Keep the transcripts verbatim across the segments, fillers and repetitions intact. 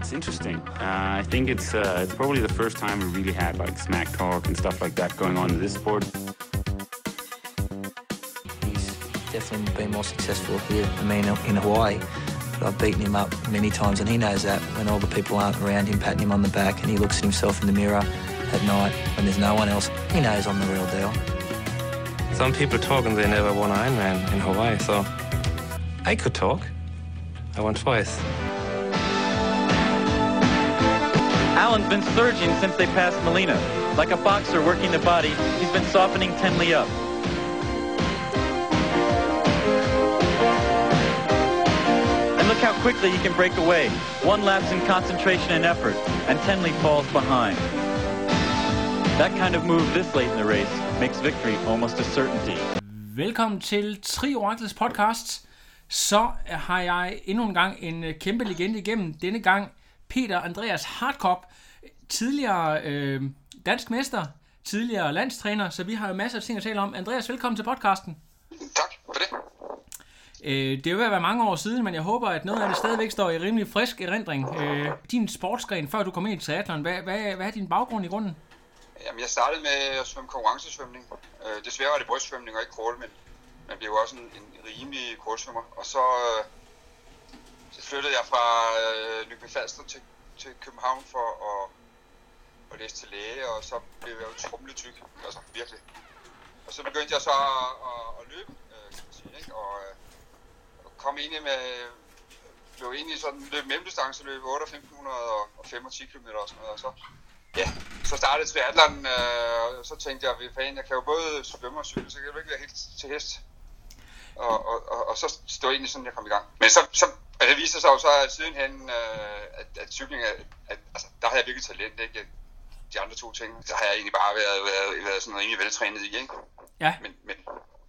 it's interesting. Uh, I think it's uh, it's probably the first time we really had like smack talk and stuff like that going on in this sport. He's definitely been more successful here than me in Hawaii. But I've beaten him up many times, and he knows that when all the people aren't around him patting him on the back and he looks at himself in the mirror at night when there's no one else, he knows I'm the real deal. Some people talk and they never won Ironman in Hawaii, so I could talk. I won twice. Alan's been surging since they passed Molina. Like a boxer working the body, he's been softening Tenley up. And look how quickly he can break away. One lapse in concentration and effort, and Tenley falls behind. That kind of move this late in the race makes victory almost a certainty. Velkommen til Tri Oracles podcast. Så har jeg endnu en gang en kæmpe legende igennem. Denne gang Peter Andreas Hartkopp, tidligere øh, dansk mester, tidligere landstræner, så vi har jo masser af ting at tale om. Andreas, velkommen til podcasten. Tak for det. Øh, det er jo ved at være mange år siden, men jeg håber, at noget af det stadigvæk står i rimelig frisk erindring. Øh, din sportsgren, før du kom ind i triathlon, hvad, hvad, hvad er din baggrund i grunden? Jamen, jeg startede med at svømme konkurrencesvømning. Øh, desværre var det brystsvømning og ikke crawl, men man blev jo også en, en rimelig crawlsvømmer. Og så, øh, så flyttede jeg fra øh, Nykøbing Falster til, til København for at, at læse til læge, og så blev jeg jo trumletyk, altså virkelig. Og så begyndte jeg så at, at, at løbe, øh, kan man sige, ikke? Og, øh, og kom egentlig med, blev egentlig sådan løb mellemdistanceløb, otte femten hundrede og fem og ti kilometer og sådan noget, og så ja, så startede triathlon, øh, og så tænkte jeg, fan, jeg kan jo både svømme og cykle, så kan jeg jo ikke være helt til hest. Og, og, og, og så stod egentlig sådan, jeg kom i gang. Men så, så og det viste sig jo så at sidenhen, øh, at, at cykling, at, at, altså, der har jeg virkelig talent, ikke? De andre to ting, der har jeg egentlig bare været, været, været sådan rimelig veltrænet i, ikke? Ja. Men, men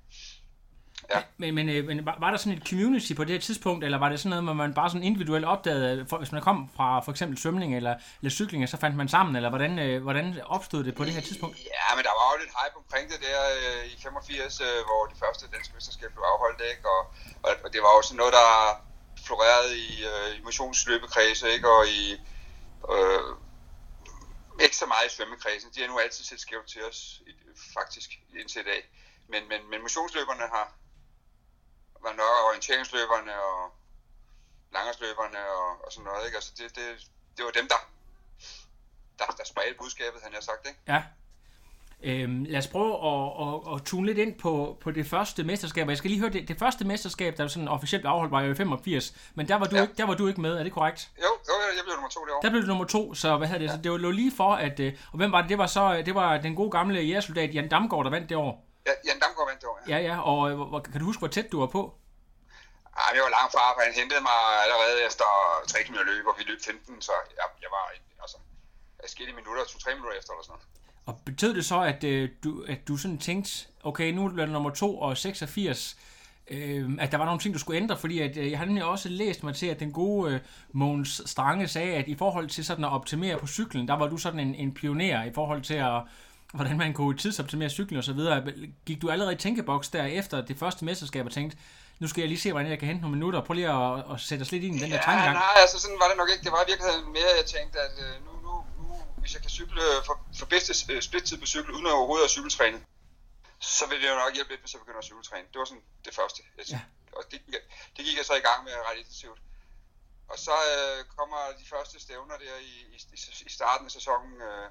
ja. Men, men, men var der sådan et community på det her tidspunkt, eller var det sådan noget, hvor man bare sådan individuelt opdagede, hvis man kom fra for eksempel svømning eller, eller cykling, så fandt man sammen, eller hvordan, hvordan opstod det på det her tidspunkt? Ja, men der var jo lidt hype omkring det der øh, i femogfirs, øh, hvor det første danske mesterskab blev afholdt, ikke? Og, og, og det var jo sådan noget, der florerede i, øh, i motionsløbekredse, ikke? Og i øh, ikke så meget i svømmekredsen. De har nu altid set skævt til os, faktisk, indtil i dag. Men, men, men motionsløberne har var nok orienteringsløberne og langrendsløberne og, og sådan noget, ikke? Altså det, det, det var dem, der, der, der spredte budskabet, han har sagt, ikke? Ja. Øhm, lad os prøve at, at, at tune lidt ind på, på det første mesterskab. Jeg skal lige høre, det, det første mesterskab, der sådan officielt afholdt, var jo i femogfirs, men der var, du ja. ikke, der var du ikke med, er det korrekt? Jo, jo, jeg blev nummer to det år. Der blev du nummer to, så hvad havde det? Ja. Så det var lå lige for, at, og hvem var det? Det var så, det var den gode gamle jægersoldat Jan Damgaard, der vandt det år. Ja, Jan Damgaard vandt det år, ja. Ja, ja, og hvor, kan du huske, hvor tæt du var på? Ej, jeg var langt fra, for han hentede mig allerede efter tre kilometer løb, og vi løb femten, så jeg, jeg var altså, jeg skete i minutter, to-tre minutter efter eller sådan noget. Og betød det så, at, øh, du, at du sådan tænkte, okay, nu bliver det nummer to og seksogfirs, øh, at der var nogle ting, du skulle ændre, fordi at, øh, jeg har nemlig også læst mig til, at den gode øh, Mogens Strange sagde, at i forhold til sådan at optimere på cyklen, der var du sådan en, en pioner i forhold til at hvordan man kunne tidsoptimere cyklen og så videre. Gik du allerede i tænkeboks der efter det første mesterskab og tænkte, nu skal jeg lige se, hvordan jeg kan hente nogle minutter. Prøv lige at, at sætte os lidt ind i den ja, der tankegang. Nej, altså sådan var det nok ikke. Det var i virkeligheden mere, jeg tænkte, at nu, nu, nu hvis jeg kan cykle for, for bedste splittid på cykel, uden at overhovedet at cykeltræne, så vil det jo nok hjælpe lidt, hvis jeg begynder at cykeltræne. Det var sådan det første. Ja. Og det, det gik jeg så i gang med ret intensivt. Og så øh, kommer de første stævner der i, i, i starten af sæsonen, øh,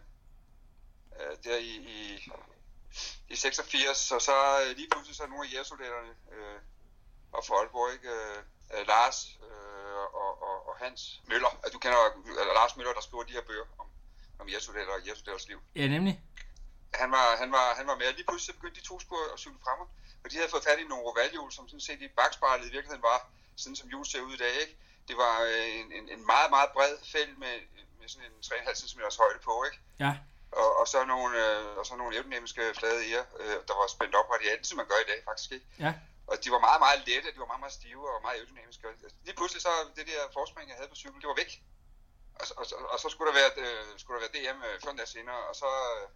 der i, i, i seksogfirs, og så lige pludselig så er nogle af jægersoldaterne øh, og fra Aalborg, ikke? Øh, Lars øh, og, og, og Hans Møller, at du kender øh, Lars Møller, der skriver de her bøger om, om jægersoldater og jægersoldaters liv. Ja, nemlig. Han var, han var, han var med, og lige pludselig begyndte de to spor at cykle fremme, og de havde fået fat i nogle ovalhjul, som sådan set i bagspejlet i virkeligheden var sådan, som hjul ser ud i dag, ikke? Det var en, en, en meget, meget bred felt med, med sådan en tre komma fem centimeter højde på, ikke? Ja. Og, og så nogle, øh, og så nogle aerodynamiske flade eger, øh, der var spændt op radialt, som man gør i dag faktisk, ikke? Ja. Og de var meget, meget lette, de var meget, meget stive og meget aerodynamiske. Lige pludselig så det der forspring, jeg havde på cykel, det var væk. Og, og, og, og så skulle der være, øh, skulle der være D M øh, fjorten dage senere, og så, øh,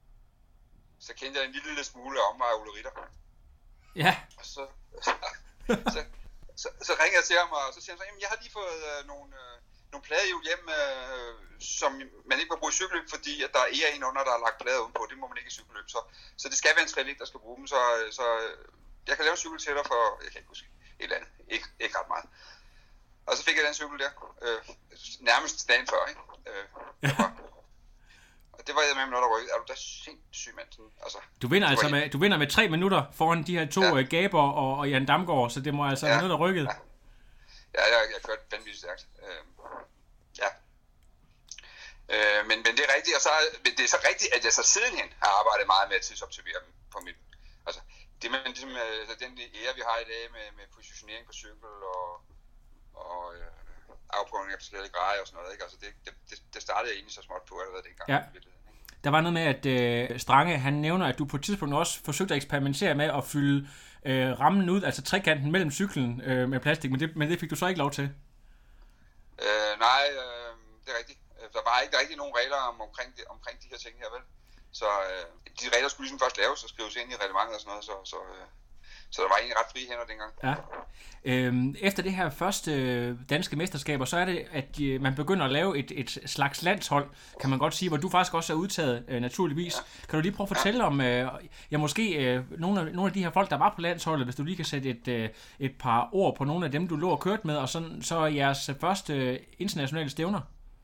så kendte jeg en lille, lille smule om mig af Ole Ritter. Ja. Og så, så, så, så, så ringede jeg til ham, og så siger han så, jamen jeg har lige fået øh, nogle... Øh, nogle pladehjul hjem, øh, som man ikke må bruge i cykelløb, fordi at der er en under, der er lagt plader udenpå. Det må man ikke i cykelløb. Så, så det skal være en triatlet, der skal bruge dem. Så, så jeg kan lave en cykel til dig for, jeg kan ikke huske, et eller andet. Ikke, ikke ret meget. Og så fik jeg den cykel der. Øh, nærmest dagen før, ikke? Øh, det var, og det var jeg med, når der rykkede. Er du da sindssyg, mand? Sådan, altså, du, vinder altså med, du vinder med tre minutter foran de her to ja. Gaber og, og Jan Damgaard, så det må altså ja. være noget, der rykkede. Ja, ja jeg, jeg kørte vanvittigt stærkt. Øh, ja. Øh, men, men det er rigtigt, og så, det er så rigtigt, at jeg så sidenhen har arbejdet meget med at tidsoptimere dem på mit... Altså, det med ligesom, den ære, vi har i dag med, med positionering på cykel og, og øh, afprøvning af forskellige grejer og sådan noget, ikke? Altså, det, det, det startede jeg egentlig så småt på allerede dengang. Ja. Der var noget med, at øh, Strange, han nævner, at du på et tidspunkt også forsøgte at eksperimentere med at fylde øh, rammen ud, altså trekanten mellem cyklen øh, med plastik, men det, men det fik du så ikke lov til? Øh, nej, øh, det er rigtigt. Der var ikke rigtig nogen regler om, omkring, det, omkring de her ting her, vel? Så øh, de regler skulle ligesom først laves og skrives ind i reglementet og sådan noget, så, så, øh, så der var egentlig ret frie hænder dengang. Ja. Øhm, efter det her første danske mesterskaber, så er det, at øh, man begynder at lave et, et slags landshold, kan man godt sige, hvor du faktisk også er udtaget, øh, naturligvis. Ja. Kan du lige prøve at fortælle ja. om, øh, ja måske øh, nogle, af, nogle af de her folk, der var på landsholdet, hvis du lige kan sætte et, øh, et par ord på nogle af dem, du lå og kørt med, og så, så jeres første internationale stævner?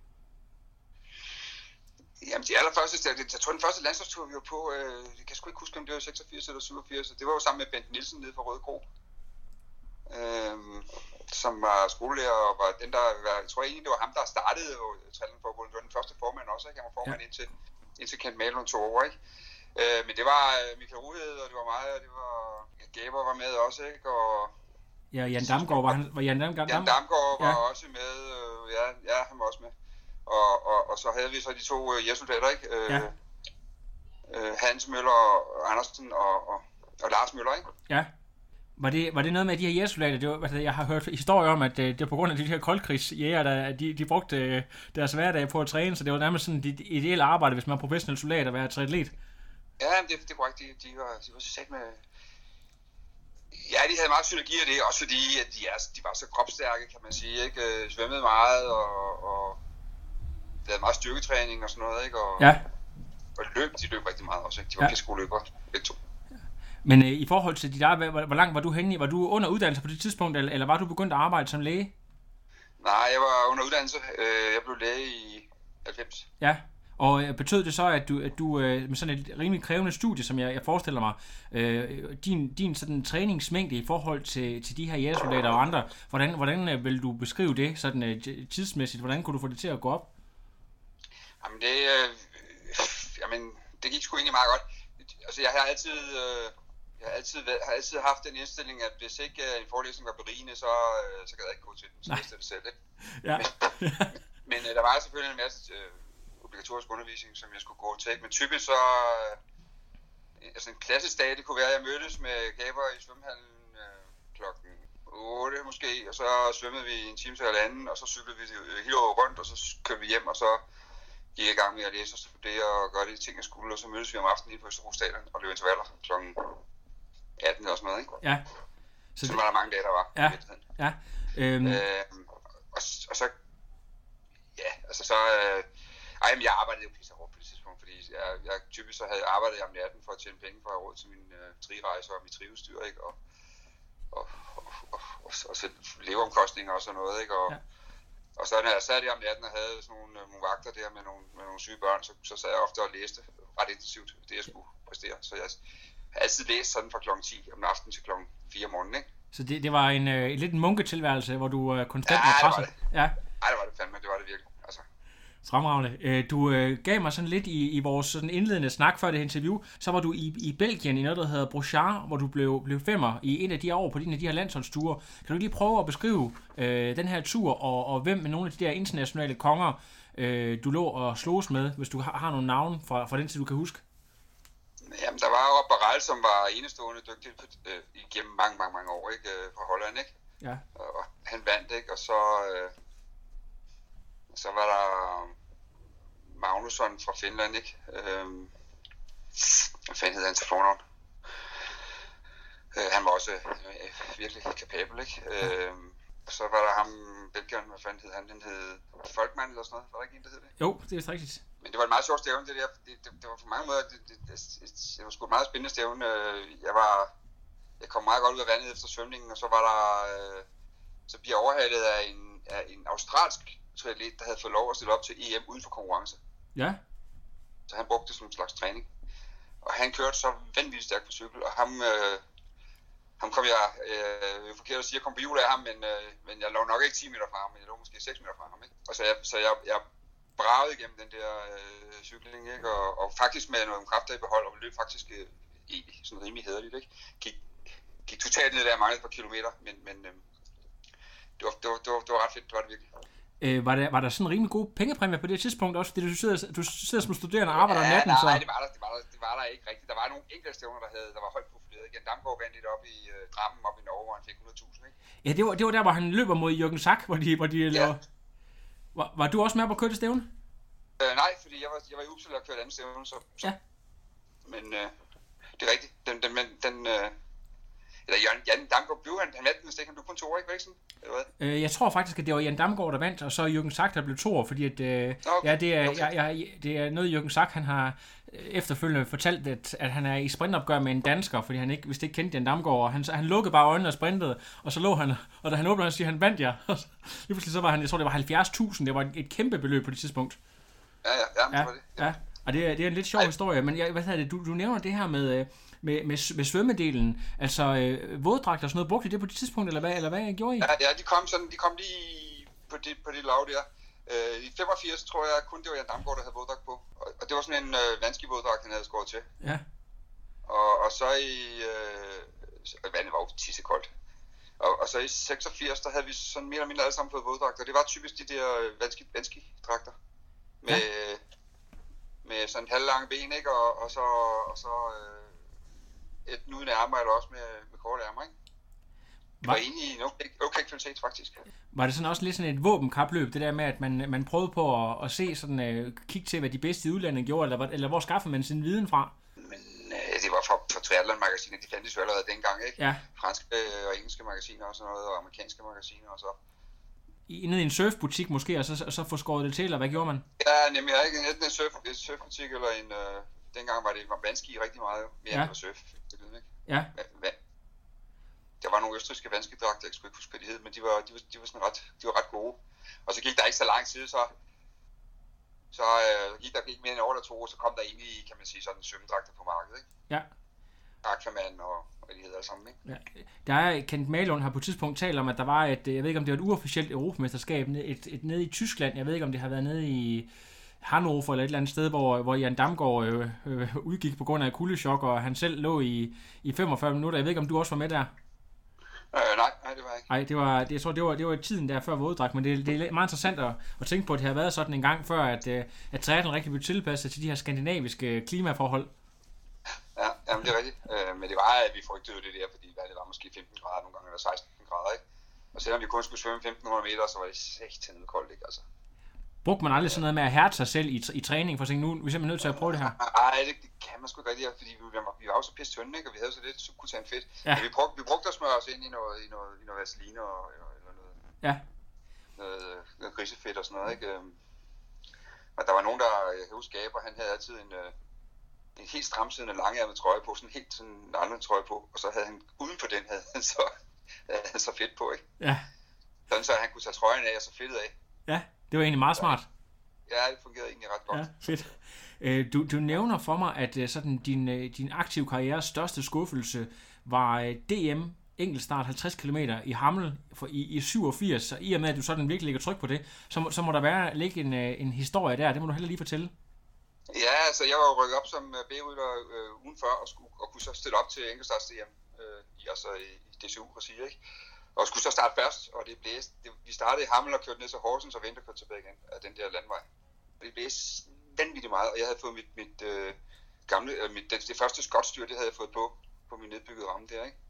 Jamen de allerførste, jeg, jeg tror den første landsholdstur vi var på, øh, jeg kan sgu ikke huske om det var seksogfirs eller syvogfirs, det var jo sammen med Bent Nielsen nede fra Røde Kro, øh, som var skolelærer og var den der, jeg tror egentlig det var ham der startede Triathlonforbundet, det var den første formand også, ikke? Han var formand ja. indtil, indtil Kent Malund tog over, ikke? Øh, men det var Michael Ruhed, og det var mig, og det var Gaber var med også, ikke? Og ja, Jan Damgaard var han, var Jan Damgaard? Jan Damgaard var ja. også med, øh, ja, ja, han var også med. Og, og, og så havde vi så de to uh, jægersoldater, ikke? Øh, ja. øh, Hans Møller og Andersen og, og, og Lars Møller, ikke? Ja. Var det, var det noget med de her jægersoldater? Det var, jeg har hørt historier om, at det var på grund af de her koldkrigsjæger, der de, de brugte deres hverdag på at træne, så det var nærmest sådan et ideelt arbejde, hvis man er professionel soldat at være triatlet. Ja, det, det er korrekt. De, de var, de var så sat med... Ja, de havde meget synergi af det, også fordi at de, er, de var så kropsstærke, kan man sige, ikke? Svømmede meget og... og lavede meget styrketræning og sådan noget, ikke? Og, ja. Og løb, de løb rigtig meget også, ikke? De var ja. piskoløbere, begge to. Ja. Men øh, i forhold til dit arbejde, hvor, hvor langt var du henne i? Var du under uddannelse på det tidspunkt, eller, eller var du begyndt at arbejde som læge? Nej, jeg var under uddannelse. Jeg blev læge i halvfems. Ja, og øh, betød det så, at du, at du øh, med sådan et rimelig krævende studie, som jeg, jeg forestiller mig, øh, din, din sådan træningsmængde i forhold til, til de her jægersoldater og andre, hvordan, hvordan øh, vil du beskrive det sådan øh, tidsmæssigt? Hvordan kunne du få det til at gå op? Jamen det, øh, jamen det gik sgu egentlig meget godt. Altså jeg har altid, øh, jeg har altid, har altid haft den indstilling, at hvis ikke øh, en forelæsning var berigende, så, øh, så gad jeg ikke gå til den. Så vidste jeg det selv, ikke? Ja. Men, men øh, der var selvfølgelig en masse øh, obligatorisk undervisning, som jeg skulle gå til. Men typisk så, øh, altså en klassisk dag, det kunne være, at jeg mødtes med Gaber i svømmehallen øh, klokken otte måske, og så svømmede vi en time til halvanden, og så cyklede vi hele året rundt, og så kørte vi hjem, og så gik jeg i gang med at læse og studere og gøre de ting, jeg skulle, og så mødtes vi om aftenen på Østerbro Stadion og løb intervaller klokken atten eller sådan noget, ikke? Ja. Så, så var der mange dage, der var. Ja, ja. Øhm. Øh, og, og så, ja, altså så, øh, ej, men jeg arbejdede jo pisse hårdt på det tidspunkt, fordi jeg, jeg typisk så havde arbejdet om natten for at tjene penge for at have råd til min øh, tri-rejser og mit triudstyr, ikke? Og, og, og, og, og, og så leveomkostninger og sådan noget, ikke? Og, ja. Og så når jeg sad der om natten og havde sådan nogle, nogle vagter der med nogle, med nogle syge børn, så, så sad jeg ofte og læste ret intensivt det, jeg skulle præstere. Så jeg har altid læst sådan fra klokken ti om aftenen til klokken fire om morgenen, ikke? Så det, det var en, øh, en lidt en munketilværelse, hvor du øh, konstant ja, var presset? Ja, Nej, det var det fandme, det var det virkelig. Altså. Fremragende. Øh, du øh, gav mig sådan lidt i, i vores sådan indledende snak før det interview, så var du i, i Belgien i noget, der hedder Brochard, hvor du blev, blev femmer i en af de her år på en af de her landsholdsture. Kan du lige prøve at beskrive øh, den her tur, og, og hvem med nogle af de der internationale konger, øh, du lå og sloges med, hvis du har, har nogle navne fra, fra den tid, du kan huske? Jamen, der var jo Barral, som var enestående dygtig øh, igennem mange, mange, mange år, ikke? Fra Holland, ikke? Ja. Og han vandt, ikke? Og så... Øh, Så var der Magnusson fra Finland, ikke? Øhm, hvad fanden hed han til fornavn? Øh, han var også øh, virkelig kapabel, ikke? Øhm, Og så var der ham, belgieren, hvad fanden hed han? Den hed Folkman eller sådan noget. Var der ikke en, der hed det? Jo, det er rigtigt. Men det var et meget sjovt stævne, det der. Det, det, det var på mange måder, det, det, det, det, det var sgu et meget spændende stævne. Jeg var, jeg kom meget godt ud af vandet efter svømningen, og så var der, så bliver jeg overhalet af en, af en australsk triatlet, der havde fået lov at stille op til E M uden for konkurrence. Ja. Så han brugte det som en slags træning. Og han kørte så vanvittigt stærkt på cykel, og ham, øh, ham kom jeg, øh, det er forkert at sige, jeg kom på hjul af ham, men, øh, men jeg lå nok ikke ti meter fra ham, men jeg lå måske seks meter fra ham, ikke? Og så jeg, så jeg, jeg bragede igennem den der øh, cykling, ikke? Og, og faktisk med nogle kræfter i behold, og løb faktisk øh, egentlig sådan rimelig hæderligt, ikke? Gik, gik totalt ned der, manglede et par kilometer, men, men øh, det, var, det, var, det, var, det var ret fedt, det var det virkelig. Øh, var, der, var der sådan en rimelig god pengepræmie på det tidspunkt også, fordi du sidder, du sidder som studerende og arbejder ja, natten, nej, så... Nej, det var, der, det, var der, det var der ikke rigtigt. Der var nogle enkelte stævner, der, havde, der var højt profileret. Jan Damgaard vandt lidt op i uh, Drammen, op i Norge, hvor han fik hundrede tusind, ikke? Ja, det var, det var der, hvor han løber mod Jürgen Sack, hvor de, hvor de ja. laver... Var, var du også med på at køre det stævne? Øh, nej, fordi jeg var, jeg var i Uppsala og kørte andet stævne, så... så. Ja. Men øh, det er rigtigt. Den, den, den, den øh, eller Jan, Jan Damgaard blev han, han vandt den stik, han blev kun to, ikke? Var ikke sådan? Eller hvad? Øh, jeg tror faktisk, at det var Jan Damgaard, der vandt, og så Jürgen Sack, der blev toer, fordi at, øh, okay. ja, det er, okay. jeg, jeg, det er noget, Jürgen Sack, han har efterfølgende fortalt, at, at han er i sprintopgør med en dansker, fordi han ikke, hvis det ikke kendte Jan Damgaard, og han, han lukkede bare øjnene og sprintede, og så lå han, og da han åbnede, han siger, han vandt jer. Ja. Lige pludselig så var han, jeg tror, det var halvfjerds tusind, det var et, et kæmpe beløb på det tidspunkt. Ja, ja, ja, det var det. Ja, ja. Og det er, det er en lidt sjov Ej. historie, men jeg, hvad hedder det, du, du nævner det her med... Med, med, med svømmedelen, altså øh, våddragter og sådan noget, brugte I det på det tidspunkt, eller hvad, eller hvad gjorde I? Ja, ja, de kom sådan, de kom lige på det, på det lav der. Øh, I femogfirs tror jeg kun det var Jan Damgaard, der havde våddragt på, og, og det var sådan en øh, vanskelig våddragt, han havde skåret til. Ja. Og, og så i, øh, vandet var jo tissekoldt. Og, og så i seksogfirs, der havde vi sådan mere eller mindre alle sammen fået våddragter. Det var typisk de der vanskelig, vanskelig dragter. Med, ja. med sådan halvlange ben, ikke? Og, og så, og så øh, et uden ærmer, eller også med, med korte ærmer, ikke? Det var, var egentlig en okay, okay kvalitet, faktisk. Var det sådan også lidt sådan et våbenkapløb, det der med, at man, man prøvede på at, at se sådan, uh, kigge til, hvad de bedste i udlandet gjorde, eller, eller hvor skaffede man sin viden fra? Men øh, det var fra, fra Triathlon-magasiner, de fandtes jo allerede dengang, ikke? Ja. Franske øh, og engelske magasiner og sådan noget, og amerikanske magasiner og så. I, ned i en surfbutik måske, og så, og så få skåret det til, eller hvad gjorde man? Ja, nemlig, jeg er ikke enten en surf, en surfbutik, eller en... Øh, dengang var det var vandski rigtig meget, mere ja. end surf. Ikke? Ja. Vand. Der var nogle østrigske vandskidragter, jeg skulle ikke huske, hvad de hed, men de var, de var, de var, sådan ret, de var ret gode. Og så gik der ikke så lang tid, så, så øh, gik der ikke mere end over eller to år, så kom der egentlig, kan man sige, sådan svømmedragter på markedet, ikke? Ja. Aquaman og hvad de hedder alle sammen, ikke? Ja. Der er, Kent Malund har på et tidspunkt talt om, at der var et, jeg ved ikke om det var et uofficielt europamesterskab, et, et, et nede i Tyskland, jeg ved ikke om det har været nede i Hannover eller et eller andet sted, hvor, hvor Jan Damgaard øh, øh, udgik på grund af kuldechok, og han selv lå i, i femogfyrre minutter. Jeg ved ikke, om du også var med der? Øh, nej, nej, det var jeg ikke. Nej, det var, det, jeg tror, det var, det var tiden der før våddragt, men det, det er meget interessant at, at tænke på, at det har været sådan en gang før, at, at triathlon rigtig blev tilpasset til de her skandinaviske klimaforhold. Ja, jamen det er rigtigt. Øh, men det var, at vi frygtede det der, fordi det var måske femten grader nogle gange, eller seksten grader, ikke? Og selvom vi kun skulle svømme femten hundrede meter, så var det satan koldt, ikke? Altså. Brugte man aldrig sådan noget med at hærte sig selv i, i træning, for at tænke, nu er vi simpelthen nødt til at prøve det her? Nej, det, det kan man sgu ikke rigtig, fordi vi var, vi var jo så pisse tynde, ikke? Og vi havde så lidt subkutan fedt. Ja. Men vi brugte, vi brugte at smøre os ind i noget, i noget, i noget vaseline og, eller noget, ja. noget, noget grisefedt og sådan noget, ikke? Og der var nogen, der, jeg kan huske, Gaber, han havde altid en, en helt stramsiddende langærmet trøje på, sådan helt sådan en anden trøje på, og så havde han, uden for den, havde han så, havde han så fedt på, ikke? Ja. Sådan så han kunne tage trøjen af og så fedtet af. Ja. Det var egentlig meget smart. Ja, det fungerede egentlig ret godt. Ja, fedt. Du, du nævner for mig, at sådan, din, din aktive karrieres største skuffelse var D M enkeltstart halvtreds kilometer i Hammel for, i, i syvogfirs, så i og med, at du sådan virkelig lægger tryk på det, så, må, så må der være ligge en, en historie der, det må du heller lige fortælle. Ja, altså jeg var jo rykket op som B-rytter øh, ugen før, og, skulle, og kunne så stille op til enkeltstarts D M, øh, i, altså i, i D C U-regi, ikke? Og skulle så starte først, og det blæste. Det, vi startede i Hammel og kørte ned til Horsens og ventede og kørte tilbage igen af den der landvej. Og det blæste vanvittigt meget, og jeg havde fået mit, mit øh, gamle, øh, mit, det, det første skotstyr, det havde jeg fået på, på min nedbyggede ramme der, ikke?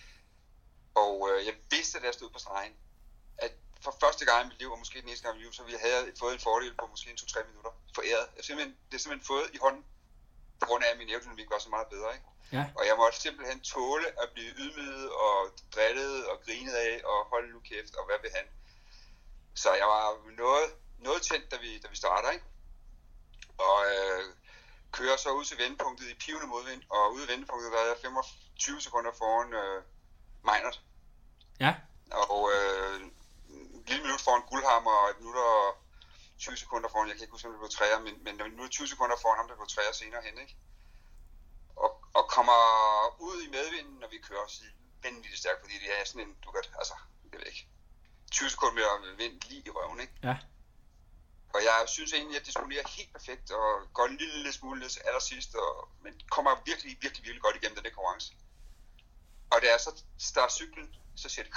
Og øh, jeg vidste, da jeg stod på stregen, at for første gang i mit liv, og måske den eneste gang i mit liv, så vi havde fået en fordel på måske en to-tre minutter foræret. Jeg simpelthen, det er simpelthen fået i hånden, på grund af, at min aerodynamik var så meget bedre, ikke? Ja. Og jeg måtte simpelthen tåle at blive ydmyget og drillede og grinede af, og hold nu kæft, og hvad vil han? Så jeg var noget, noget tændt, da vi, da vi starter, ikke? Og øh, kører så ud til vendepunktet i pivende modvind, og ude i vendepunktet, der er jeg femogtyve sekunder foran øh, Meinert. Ja. Og øh, en lille minut foran Guldhammer, og et minut og tyve sekunder foran, jeg kan ikke huske, om det blev træer, men, men nu er tyve sekunder foran ham, der blev træer senere hen, ikke? Og, og kommer ud i medvinden, når vi kører også vanvittigt stærkt, fordi det er sådan en, du kan, altså, jeg ved ikke, tyve sekunder mere vind lige i røven, ikke? Ja. Og jeg synes egentlig, at jeg disponerer helt perfekt, og går en lille smule ned til allersidst, og, men kommer virkelig, virkelig, virkelig godt igennem den konkurrence. Og da jeg så starter cyklen, så siger det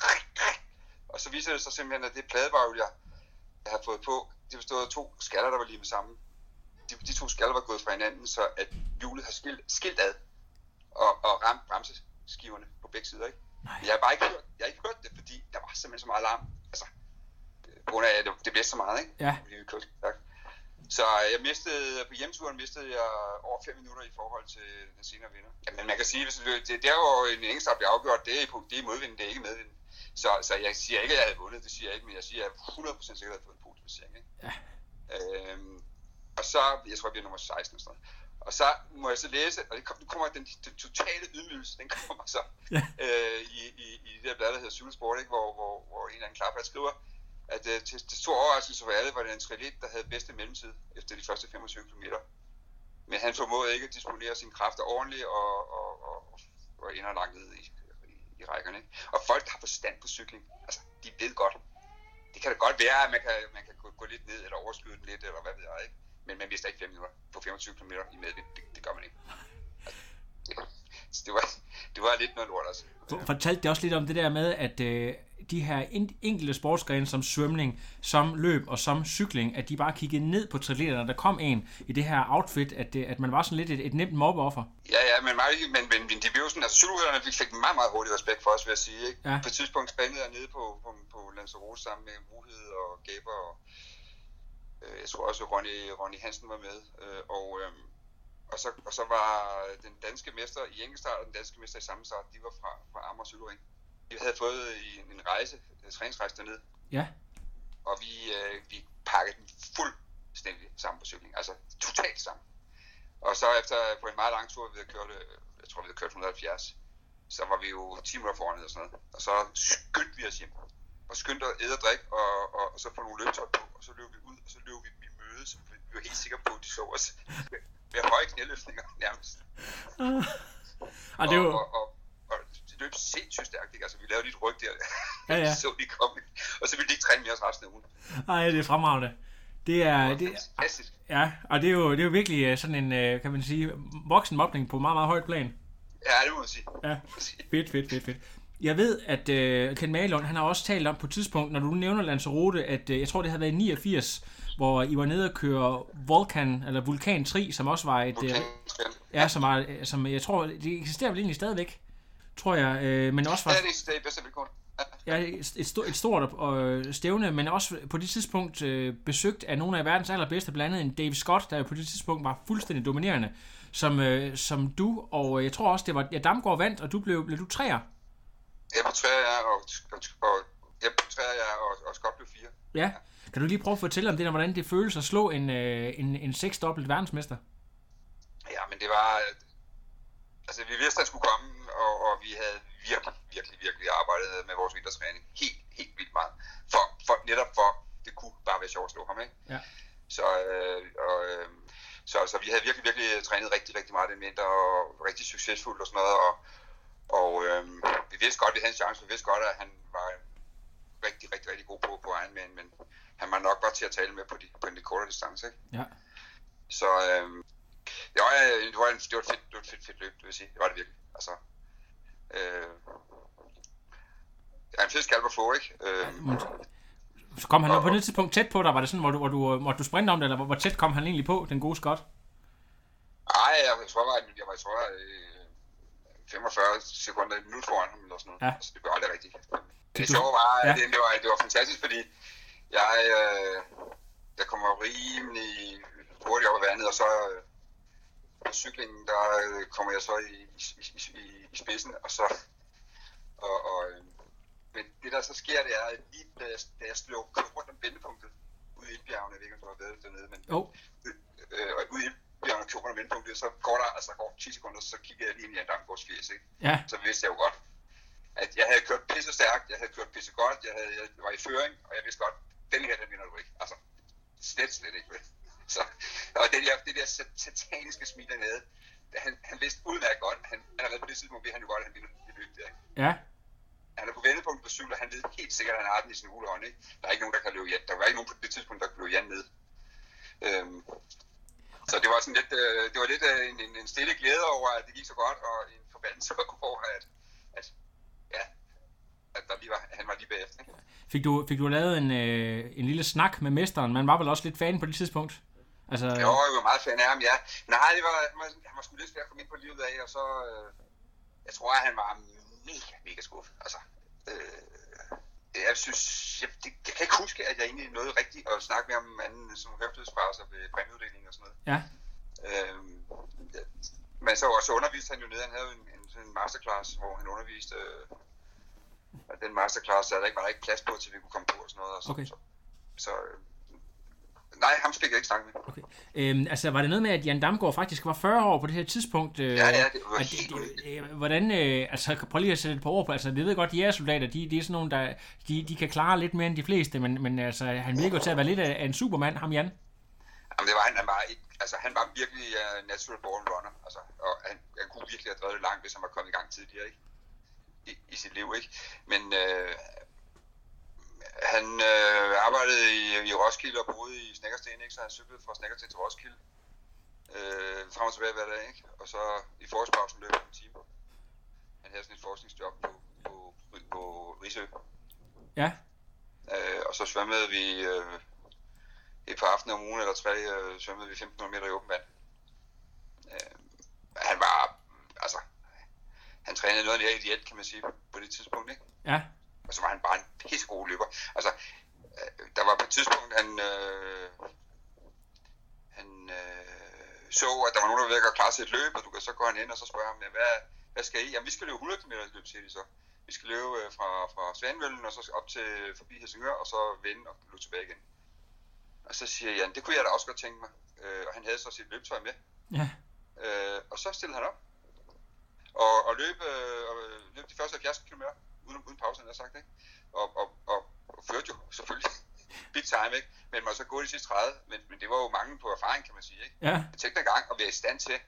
og så viser det sig simpelthen, at det pladebagl, jeg, jeg har fået på, det bestod af to skaller, der var lige med sammen. De, de to skaller var gået fra hinanden, så at hjulet har skilt, skilt ad og, og ramt bremseskiverne på begge sider, ikke? Jeg har bare ikke hørt, jeg har ikke hørt det, fordi der var simpelthen så meget larm. Altså, på grund af, at det, det blæste så meget, ikke? Ja. Fordi vi kørte stærkt. Så jeg mistede, på hjemturen mistede jeg over fem minutter i forhold til den senere vinder. Ja, men man kan sige, hvis det, det der hvor en enkeltstart bliver afgjort, det er, på, det er modvinden, det er ikke medvinden. Så, så jeg siger ikke, at jeg havde vundet, det siger jeg ikke, men jeg siger, at jeg hundrede procent sikkert havde fået en podiumsplacering, ikke? Ja. Øhm, og så, jeg tror, jeg bliver nummer seksten og sådan noget. Og så må jeg så læse, og det kom, nu kommer den, den totale ydmygelse, den kommer så ja. øh, i, i, i det der blad, der hedder Cykelsport, ikke? Hvor, hvor, hvor en eller anden klaphat skriver, at øh, til, til stor overraskelse for alle var det en triatlet, der havde bedste mellemtid efter de første femogtyve kilometer. Men han formåede ikke at disponere sine kræfter ordentligt og, og, og, og ender langt ned i, i, i rækkerne. Ikke? Og folk, der har forstand på cykling, altså, de ved godt. Det kan da godt være, at man kan, man kan gå, gå lidt ned eller overskyde den lidt, eller hvad ved jeg, ikke? Men man mister ikke fem minutter på femogtyve kilometer i medvind. Det, det gør man ikke. Altså, det, var, det, var, det var lidt noget lort, altså. Fortalte det også lidt om det der med, at øh, de her enkelte sportsgrene som svømning, som løb og som cykling, at de bare kiggede ned på triatleterne, der kom en i det her outfit, at, det, at man var sådan lidt et, et nemt mobbeoffer. Ja, ja, men, men, men, men de blev sådan, altså cykelrytterne, vi fik meget, meget hurtigt respekt for os, vil jeg sige, ikke? Ja. På et tidspunkt spændede jeg nede på, på, på Lanzarote sammen med Muhed og Gaber, og øh, jeg tror også, at Ronny, Ronny Hansen var med, øh, og... Øh, Og så, og så var den danske mester i enkeltstart og den danske mester i sammenstart, de var fra, fra Amager Cykelring. Vi havde fået en, en rejse, en træningsrejse dernede. Ja. Og vi, øh, vi pakkede den fuldstændig sammen på cykling, altså totalt sammen. Og så efter på en meget lang tur, vi havde kørt, jeg tror vi havde kørt et hundrede og halvfjerds, så var vi jo ti minutter foran og sådan noget. Og så skyndte vi os hjem. Og skyndte at æde og drikke, og, og, og så få nogle løbetøj på, og så løb vi ud, og så løb vi i møde, så vi var helt sikre på, at de så os. Med høje knæløftninger nærmest. Uh, og, det var... og, og, og, og det løb sindssygt stærkt, ikke? Altså vi lavede lige et ryg der, ja, ja. så de kom, og så ville de ikke træne mere os resten af ugen. Ej, det er fremragende. Det er, det, fantastisk. Ja, og det er jo, det er jo virkelig sådan en, kan man sige, voksen mobning på meget, meget højt plan. Ja, det må man sige. Ja, fedt, fedt, fedt, fedt. Jeg ved, at uh, Ken Magelund, han har også talt om på et tidspunkt, når du nævner Lanzarote, at uh, jeg tror, det havde været i niogfirs, hvor I var nede og køre Vulcan, eller Vulcan tre, som også var et... Vulcan, uh, ja, som, var, som jeg tror, det eksisterer vel egentlig stadigvæk, tror jeg, uh, men også var... Ja, det eksisterer i bedste vilkår. Ja, et, stort, et stort uh, stævne, men også på det tidspunkt uh, besøgt af nogle af verdens allerbedste, blandt andet en Dave Scott, der på det tidspunkt var fuldstændig dominerende, som, uh, som du, og jeg tror også, det var ja, Damgaard vandt, og du blev, blev du træer. Jeg blev træer, ja, og, og, og, jeg blev træer, ja, og, og Scott blev fire. Ja. Kan du lige prøve at fortælle om det, hvordan det føles at slå en, en, en seksdobbelt verdensmester? Ja, men det var... Altså, vi vidste, at han skulle komme, og, og vi havde virkelig, virkelig, virkelig arbejdet med vores vintertræning helt, helt vildt meget. For, for, netop for, det kunne bare være sjovt at slå ham, ikke? Ja. Så, øh, og, øh, så, så vi havde virkelig, virkelig trænet rigtig, rigtig meget den vinter, og rigtig succesfuldt og sådan noget, og, og øh, vi vidste godt, at vi havde en chance, vi vidste godt, at han var rigtig, rigtig, rigtig god på, på Ironman, men han var nok bare til at tale med på, de, på en lidt kortere distance, ikke? Ja. Så øh, ja, det var, en, det var et fedt, det var et fedt, fedt løb, det vil sige. Det var det virkelig. Altså, øh, ja, en fed skalp at få, ikke? Øh, Så kom han og, på det tidspunkt tæt på dig? Var det sådan, hvor du, hvor du, måtte du sprinte om det, eller hvor, hvor tæt kom han egentlig på, den gode Scott? Nej, jeg, jeg tror, jeg var, jeg var, jeg tror, jeg, femogfyrre sekunder, et minut foran ham, eller sådan noget. Ja. Altså, det blev aldrig rigtigt. Det sjove var, ja. det, det, var, det var fantastisk, fordi jeg, øh, jeg kommer rimelig hurtigt op ad vandet, og så øh, på cyklingen, der øh, kommer jeg så i, i, i, i, i spidsen, og så og, og det der så sker, det er, at lige da jeg, da jeg slår rundt om vendepunktet ude i Ildbjergene, jeg ved ikke, om du har været dernede, men oh. øh, og ude i Ildbjergene og køber rundt om vendepunktet, så går der, altså går ti sekunder, så kigger jeg lige ind i Jan Damgaards fjes, ikke? Ja. Så vidste jeg jo godt, at jeg havde kørt pisse stærkt, jeg havde kørt pisse godt, jeg, havde, jeg var i føring, og jeg vidste godt, den her, den vinder du ikke. Altså, slet, slet ikke, vel? Så, og det der, det der sataniske smil dernede, han, han vidste udmærket godt, han, allerede på det tidspunkt ved han jo godt, at han ville løbe der, ikke? Ja. Han er på vendepunkt på cykel, og han ved helt sikkert, at han har den i sin hulehånd, ikke? Der er ikke nogen, der kan løbe Jan. Der var ikke nogen på det tidspunkt, der kunne løbe Jan ned. Øhm, så det var sådan lidt, øh, det var lidt øh, en, en, en stille glæde over, at det gik så godt, og en forbandelse over, at, at, ja, at der lige var, han var lige bagefter, ikke? Fik du, fik du lavet en, øh, en lille snak med mesteren? Man var vel også lidt fan på det tidspunkt? Altså... Jo, jeg var meget fan af ham, ja. Nej, det var, han var, han var sgu lidt svært at komme ind på livet af, og så, øh, jeg tror, at han var mega, mega skuffet. Altså, øh, jeg synes, jeg, det, jeg kan ikke huske, at jeg egentlig nåede rigtigt at snakke med ham anden som høflighedsfraser ved præmieuddelingen og sådan noget. Ja. Øh, men så også underviste han jo nede, han havde en, en, en masterclass, hvor han underviste, øh, og den masterclass, der ikke var der ikke plads på, til vi kunne komme på og sådan noget. Og så, okay. så, så øh, nej, ham fik jeg ikke snakket med. Okay. Øhm, altså, var det noget med, at Jan Damgaard faktisk var fyrre år på det her tidspunkt? Øh, ja, ja, det var at, helt øh, øh, hvordan, øh, altså, prøv lige at sætte et par ord på, altså, vi ved godt, de jægersoldater, de, de er sådan nogle, der, de, de kan klare lidt mere end de fleste, men, men altså, han virker til at være lidt af, af en supermand, ham Jan. Jamen, det var han, han var, et, altså, han var virkelig uh, natural born runner, altså, og han, han kunne virkelig have drevet det langt, hvis han var kommet i gang tidligere, ikke? I, i sit liv, ikke? Men, øh, han øh, arbejdede i, i Roskilde og boede i Snekkersten, ikke? Så han cyklede fra Snekkersten til Roskilde. Øh, frem og tilbage hver dag, ikke? Og så i forårspausen løb han en time. Han havde sådan et forskningsjob på, på, på Risø. Ja. Øh, og så svømmede vi øh, et par aftener om ugen eller tre, øh, svømmede vi femten hundrede meter i åben vand. Øh, han var, altså, han trænede noget af en diæt, kan man sige, på det tidspunkt, ikke? Ja. Og så var han bare en pissegod løber. Altså, øh, der var på et tidspunkt, han, øh, han øh, så, at der var nogen, der var ved at gøre klar til et løb, og du kan så gå han ind, og så spørger ham, hvad, hvad skal I? Jamen, vi skal løbe hundrede kilometer løb, siger de så. Vi skal løbe øh, fra, fra Svanevøllen, og så op til forbi Helsingør, og så vende og løbe tilbage igen. Og så siger Jan, det kunne jeg da også godt tænke mig. Øh, og han havde så sit løbetøj med. Ja. Øh, og så stillede han op. Og, og løb, øh, og løb de første halvfjerds kilometer. Uden, uden pause, han har sagt, ikke? Og, og, og, og førte jo selvfølgelig big time, ikke? Men man så gå de sidste tredive, men, men det var jo mange på erfaring, kan man sige, ikke? Ja. Jeg tænkte en gang at være i stand til,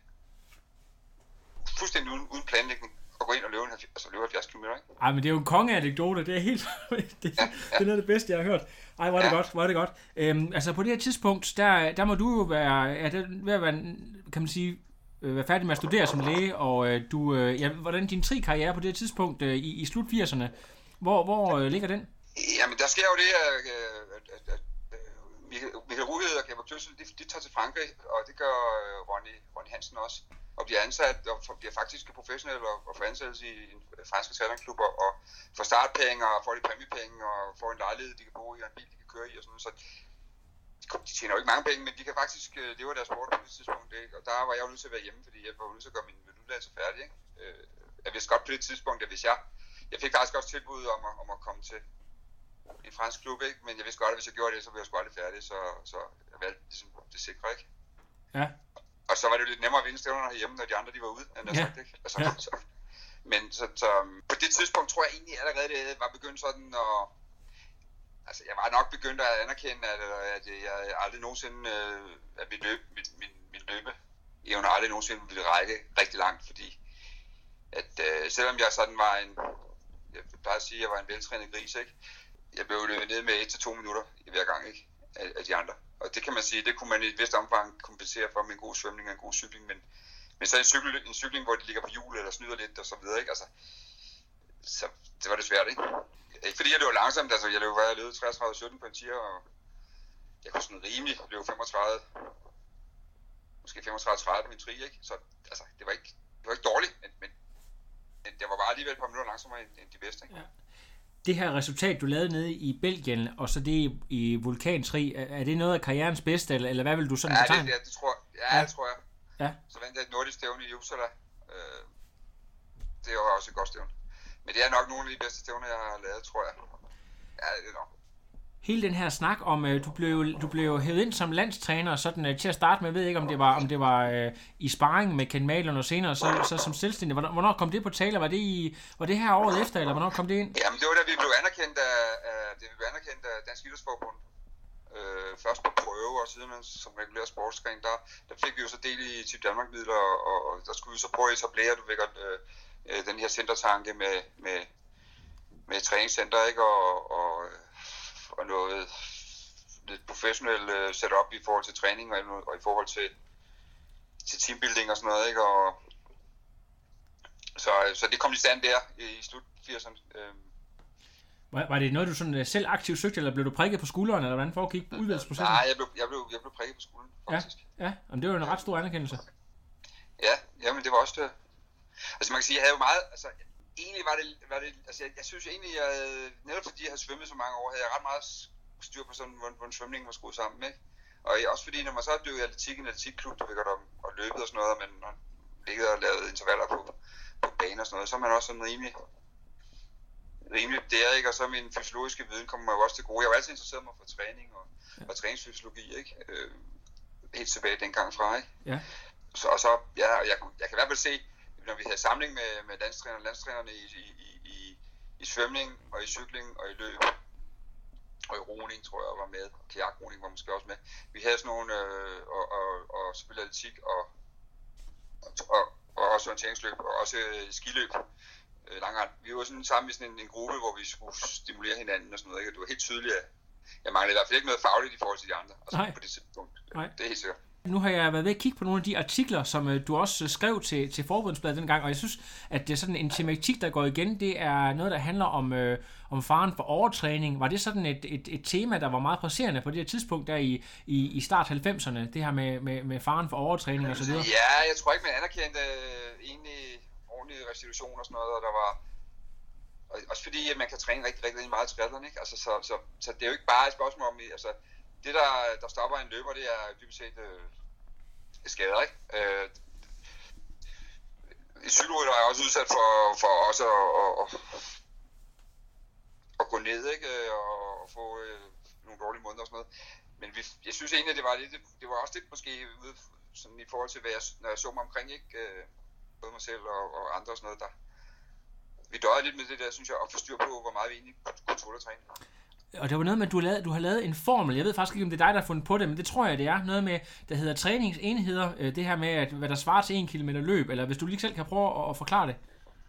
fuldstændig uden, uden planlægning, at gå ind og løbe, en, altså løbe halvfjerds kilometer, ikke? Ej, men det er jo en kongeanekdote, det er helt... det, ja, ja. det er noget af det bedste, jeg har hørt. Ej, hvor er det ja. godt, hvor er det godt. Øhm, altså, på det her tidspunkt, der, der må du jo være, ja, der, ved at være, kan man sige, være færdig med at studere som læge, og øh, du, øh, ja, hvordan din tri-karriere på det tidspunkt øh, i, i slut firserne, hvor, hvor øh, ligger den? Jamen, der sker jo det, at, at, at, at Michael, Michael Ruhed og Gabriel Kløssel, de, de tager til Frankrig, og det gør Ronny, Ronny Hansen også, og bliver ansat, og bliver faktisk professionelle og, og får ansættelse i en franske talentklubber, og får startpenge, og får de præmiepenge, og får en lejlighed, de kan bo i, og en bil, de kan køre i, og sådan så de tjener jo ikke mange penge, men de kan faktisk leve af deres sport på det tidspunkt, ikke? Og der var jeg jo nødt til at være hjemme, fordi jeg var nødt til at gøre min uddannelse færdig, ikke? Jeg vidste godt på det tidspunkt, at hvis jeg... Jeg fik faktisk også tilbud om at, om at komme til en fransk klub, ikke? Men jeg vidste godt, at hvis jeg gjorde det, så ville jeg sgu aldrig færdig, så, så jeg valgte ligesom det sikre, ikke? Ja. Og så var det jo lidt nemmere at vinde stævnerne herhjemme, når de andre de var ude, end jeg ja. sagt, ikke? Altså, ja. så, men så, så, på det tidspunkt tror jeg egentlig allerede, det var begyndt sådan at... Altså, jeg var nok begyndt at anerkende, at, at jeg aldrig nogensinde, at min, løb, min, min, min løbe, jeg aldrig nogensinde ville række rigtig langt, fordi at øh, selvom jeg sådan var en, jeg plejer at sige, at jeg var en veltrænet gris, ikke? Jeg blev løbet ned med et til to minutter i hver gang, ikke? Af, af de andre. Og det kan man sige, det kunne man i et vist omfang kompensere for med en god svømning og en god cykling, men, men så en, cykel, en cykling, hvor de ligger på hjul eller snyder lidt og så videre, ikke? Altså, så det var det svært, ikke? Ikke fordi jeg løb langsomt, altså jeg løb, jeg løb treogtredive sytten på en tier, og jeg kunne sådan rimelig løbe femogtredive, måske femogtredive tredive på min tri, ikke? Så altså, det var ikke, det var ikke dårligt, men, men, men det var bare alligevel et par minutter langsommere end, end de bedste, ikke? Ja. Det her resultat, du lavede nede i Belgien, og så det i, i vulkantri, er, er det noget af karrierens bedste, eller, eller hvad vil du sådan ja, betegne? Ja, det, det tror jeg. Ja, ja, det tror jeg. Ja. Så vandt jeg et nordisk stævne i Uppsala. Øh, det var også et godt stævne. men det er nok nogle af de bedste stævner, jeg har lavet, tror jeg. Ja, det er nok. Hele den her snak om, øh, du blev du blev hævet ind som landstræner, sådan øh, til at starte med, jeg ved ikke, om det var om det var øh, i sparring med Ken Malone og senere, så, så som selvstændig. Hvornår, hvornår kom det på tale? Var det, i, var det her året efter, eller hvornår kom det ind? Jamen, det var da vi blev anerkendt af, af, det vi blev anerkendt af Dansk Idrætsforbund. Øh, først på prøve, og siden som regulær sportsgren, der, der fik vi jo så del i Team Danmark-midler, og, og der skulle vi så prøve at etablere, du ved godt, øh, den her centertanke med, med, med et træningscenter, ikke, og, og, og noget lidt professionelt uh, setup i forhold til træning, og, og i forhold til, til teambuilding og sådan noget, ikke, og så, så det kom i stand der i, i slut firserne. Øh. Var, var det noget, du sådan selv aktivt søgte, eller blev du prikket på skulderen, eller hvordan foregik udvalgsprocessen? Nej, jeg blev, jeg blev, jeg blev prikket på skulderen, faktisk. Ja, ja. Jamen, det var jo en ret stor anerkendelse. Ja, ja, men det var også det. Altså man kan sige, jeg havde jo meget, altså egentlig var det, var det altså jeg, jeg synes egentlig, jeg havde, netop fordi jeg havde svømmet så mange år, havde jeg ret meget styr på sådan, hvordan, hvordan svømningen var skruet sammen, ikke? Og også fordi, når man så døde i atletik, en atletikklub, der ved om, og løbet og sådan noget, og man har ligget og lavet intervaller på, på banen og sådan noget, så er man også sådan rimelig, rimelig der, ikke? Og så min fysiologiske viden kommer mig jo også til gode. Jeg var altid interesseret mig for træning og, og træningsfysiologi, ikke? Øh, helt tilbage dengang fra, ikke? Ja. Så, og så, ja, jeg, jeg kan i hvert fald se, når vi havde samling med, med landstrænerne, landstrænerne i, i, i, i svømning og i cykling og i løb og i roning, tror jeg var med, kajakroning var måske også med. Vi havde sådan nogle, øh, og, og, og selvfølgelig atletik og, og, og, og også orienteringsløb og også øh, skiløb, øh, langrend. Vi var sådan sammen i sådan en, en gruppe, hvor vi skulle stimulere hinanden og sådan noget, ikke? Og det var helt tydeligt, at jeg manglede i hvert fald ikke noget fagligt i forhold til de andre, altså Nej. på det tidspunkt. Nej. Det er helt sikkert. Nu har jeg været ved at kigge på nogle af de artikler, som øh, du også skrev til, til Forbundsbladet dengang, og jeg synes, at det er sådan en tematik, der går igen. Det er noget, der handler om, øh, om faren for overtræning. Var det sådan et, et, et tema, der var meget presserende på det her tidspunkt, der i, i, i start halvfemserne, det her med, med, med faren for overtræning og så videre? Ja, jeg tror ikke, man anerkendte øh, egentlig ordentlige restitution og sådan noget, og der var også fordi, at man kan træne rigtig, rigtig meget triathlon, ikke? Altså, så, så, så det er jo ikke bare et spørgsmål om, altså, det der, der stopper en løber, det er dybest set øh, skader, ikke? Øh, cykelrytter er også udsat for, for også at, at, at gå ned, ikke? Og få øh, nogle dårlige måneder og sådan noget. Men vi, jeg synes egentlig, det var lidt, det var også lidt måske ude, sådan i forhold til, hvad jeg, når jeg så mig omkring, ikke? Øh, både mig selv og, og andre og sådan noget, der vi døjede lidt med det der, synes jeg, at få styr på, hvor meget vi egentlig kunne tåle at træne. Og det var noget med, at du har, lavet, du har lavet en formel. Jeg ved faktisk ikke, om det er dig, der har fundet på det, men det tror jeg, det er. Noget med, der hedder træningsenheder. Det her med, at, hvad der svarer til en kilometer løb. Eller hvis du lige selv kan prøve at, at forklare det.